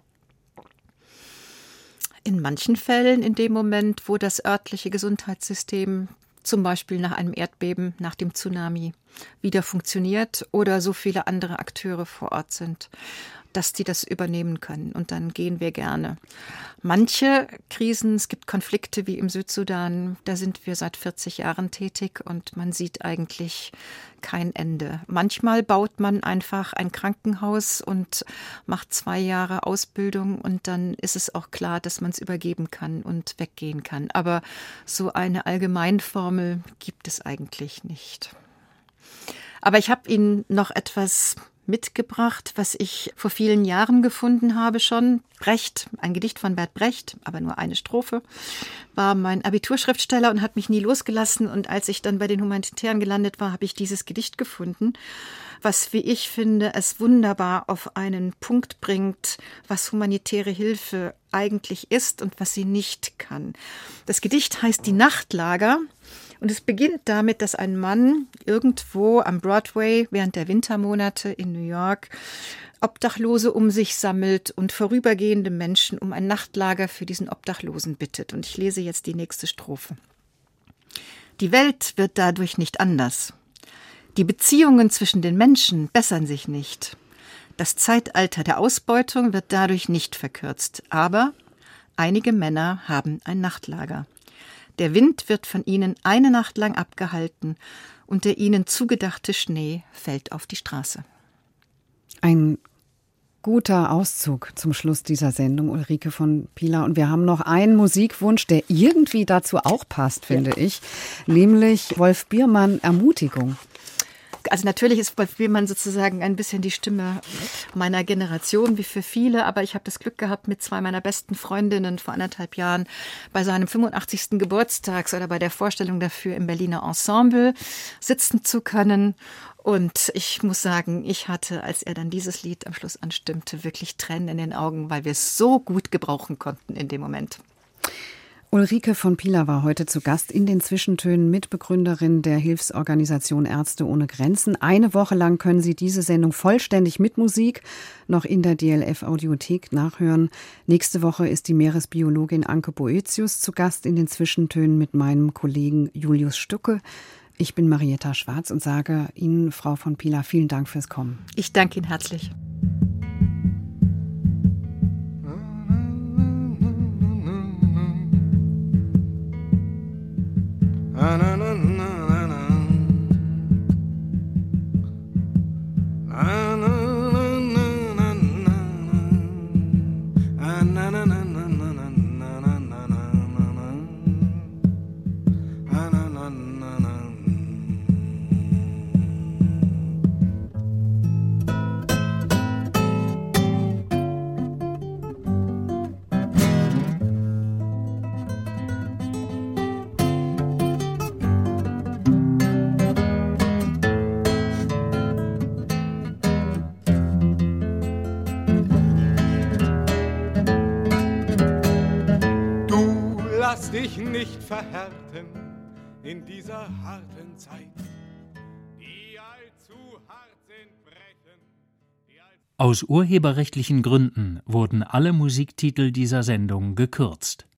In manchen Fällen in dem Moment, wo das örtliche Gesundheitssystem zum Beispiel nach einem Erdbeben, nach dem Tsunami wieder funktioniert oder so viele andere Akteure vor Ort sind, dass die das übernehmen können. Und dann gehen wir gerne. Manche Krisen, es gibt Konflikte wie im Südsudan, da sind wir seit vierzig Jahren tätig und man sieht eigentlich kein Ende. Manchmal baut man einfach ein Krankenhaus und macht zwei Jahre Ausbildung und dann ist es auch klar, dass man es übergeben kann und weggehen kann. Aber so eine Allgemeinformel gibt es eigentlich nicht. Aber ich habe Ihnen noch etwas mitgebracht, was ich vor vielen Jahren gefunden habe schon. Brecht, ein Gedicht von Bert Brecht, aber nur eine Strophe, war mein Abiturschriftsteller und hat mich nie losgelassen. Und als ich dann bei den Humanitären gelandet war, habe ich dieses Gedicht gefunden, was, wie ich finde, es wunderbar auf einen Punkt bringt, was humanitäre Hilfe eigentlich ist und was sie nicht kann. Das Gedicht heißt Die Nachtlager. Und es beginnt damit, dass ein Mann irgendwo am Broadway während der Wintermonate in New York Obdachlose um sich sammelt und vorübergehende Menschen um ein Nachtlager für diesen Obdachlosen bittet. Und ich lese jetzt die nächste Strophe. Die Welt wird dadurch nicht anders. Die Beziehungen zwischen den Menschen bessern sich nicht. Das Zeitalter der Ausbeutung wird dadurch nicht verkürzt. Aber einige Männer haben ein Nachtlager. Der Wind wird von ihnen eine Nacht lang abgehalten und der ihnen zugedachte Schnee fällt auf die Straße. Ein guter Auszug zum Schluss dieser Sendung, Ulrike von Pilar. Und wir haben noch einen Musikwunsch, der irgendwie dazu auch passt, finde ja. ich, nämlich Wolf Biermann, Ermutigung. Also natürlich ist Wolf Biermann sozusagen ein bisschen die Stimme meiner Generation, wie für viele, aber ich habe das Glück gehabt, mit zwei meiner besten Freundinnen vor anderthalb Jahren bei seinem fünfundachtzigsten Geburtstags oder bei der Vorstellung dafür im Berliner Ensemble sitzen zu können. Und ich muss sagen, ich hatte, als er dann dieses Lied am Schluss anstimmte, wirklich Tränen in den Augen, weil wir es so gut gebrauchen konnten in dem Moment. Ulrike von Pilar war heute zu Gast in den Zwischentönen, Mitbegründerin der Hilfsorganisation Ärzte ohne Grenzen. Eine Woche lang können Sie diese Sendung vollständig mit Musik noch in der D L F-Audiothek nachhören. Nächste Woche ist die Meeresbiologin Anke Boetius zu Gast in den Zwischentönen mit meinem Kollegen Julius Stucke. Ich bin Marietta Schwarz und sage Ihnen, Frau von Pilar, vielen Dank fürs Kommen. Ich danke Ihnen herzlich. Na, na, na, na, na. Na, na, na, na, na, na. Na, na, na, na, na, na, na, na, na, na, na, na, na. Lass dich nicht verhärten in dieser harten Zeit, die allzu hart sind, brechen. Aus urheberrechtlichen Gründen wurden alle Musiktitel dieser Sendung gekürzt.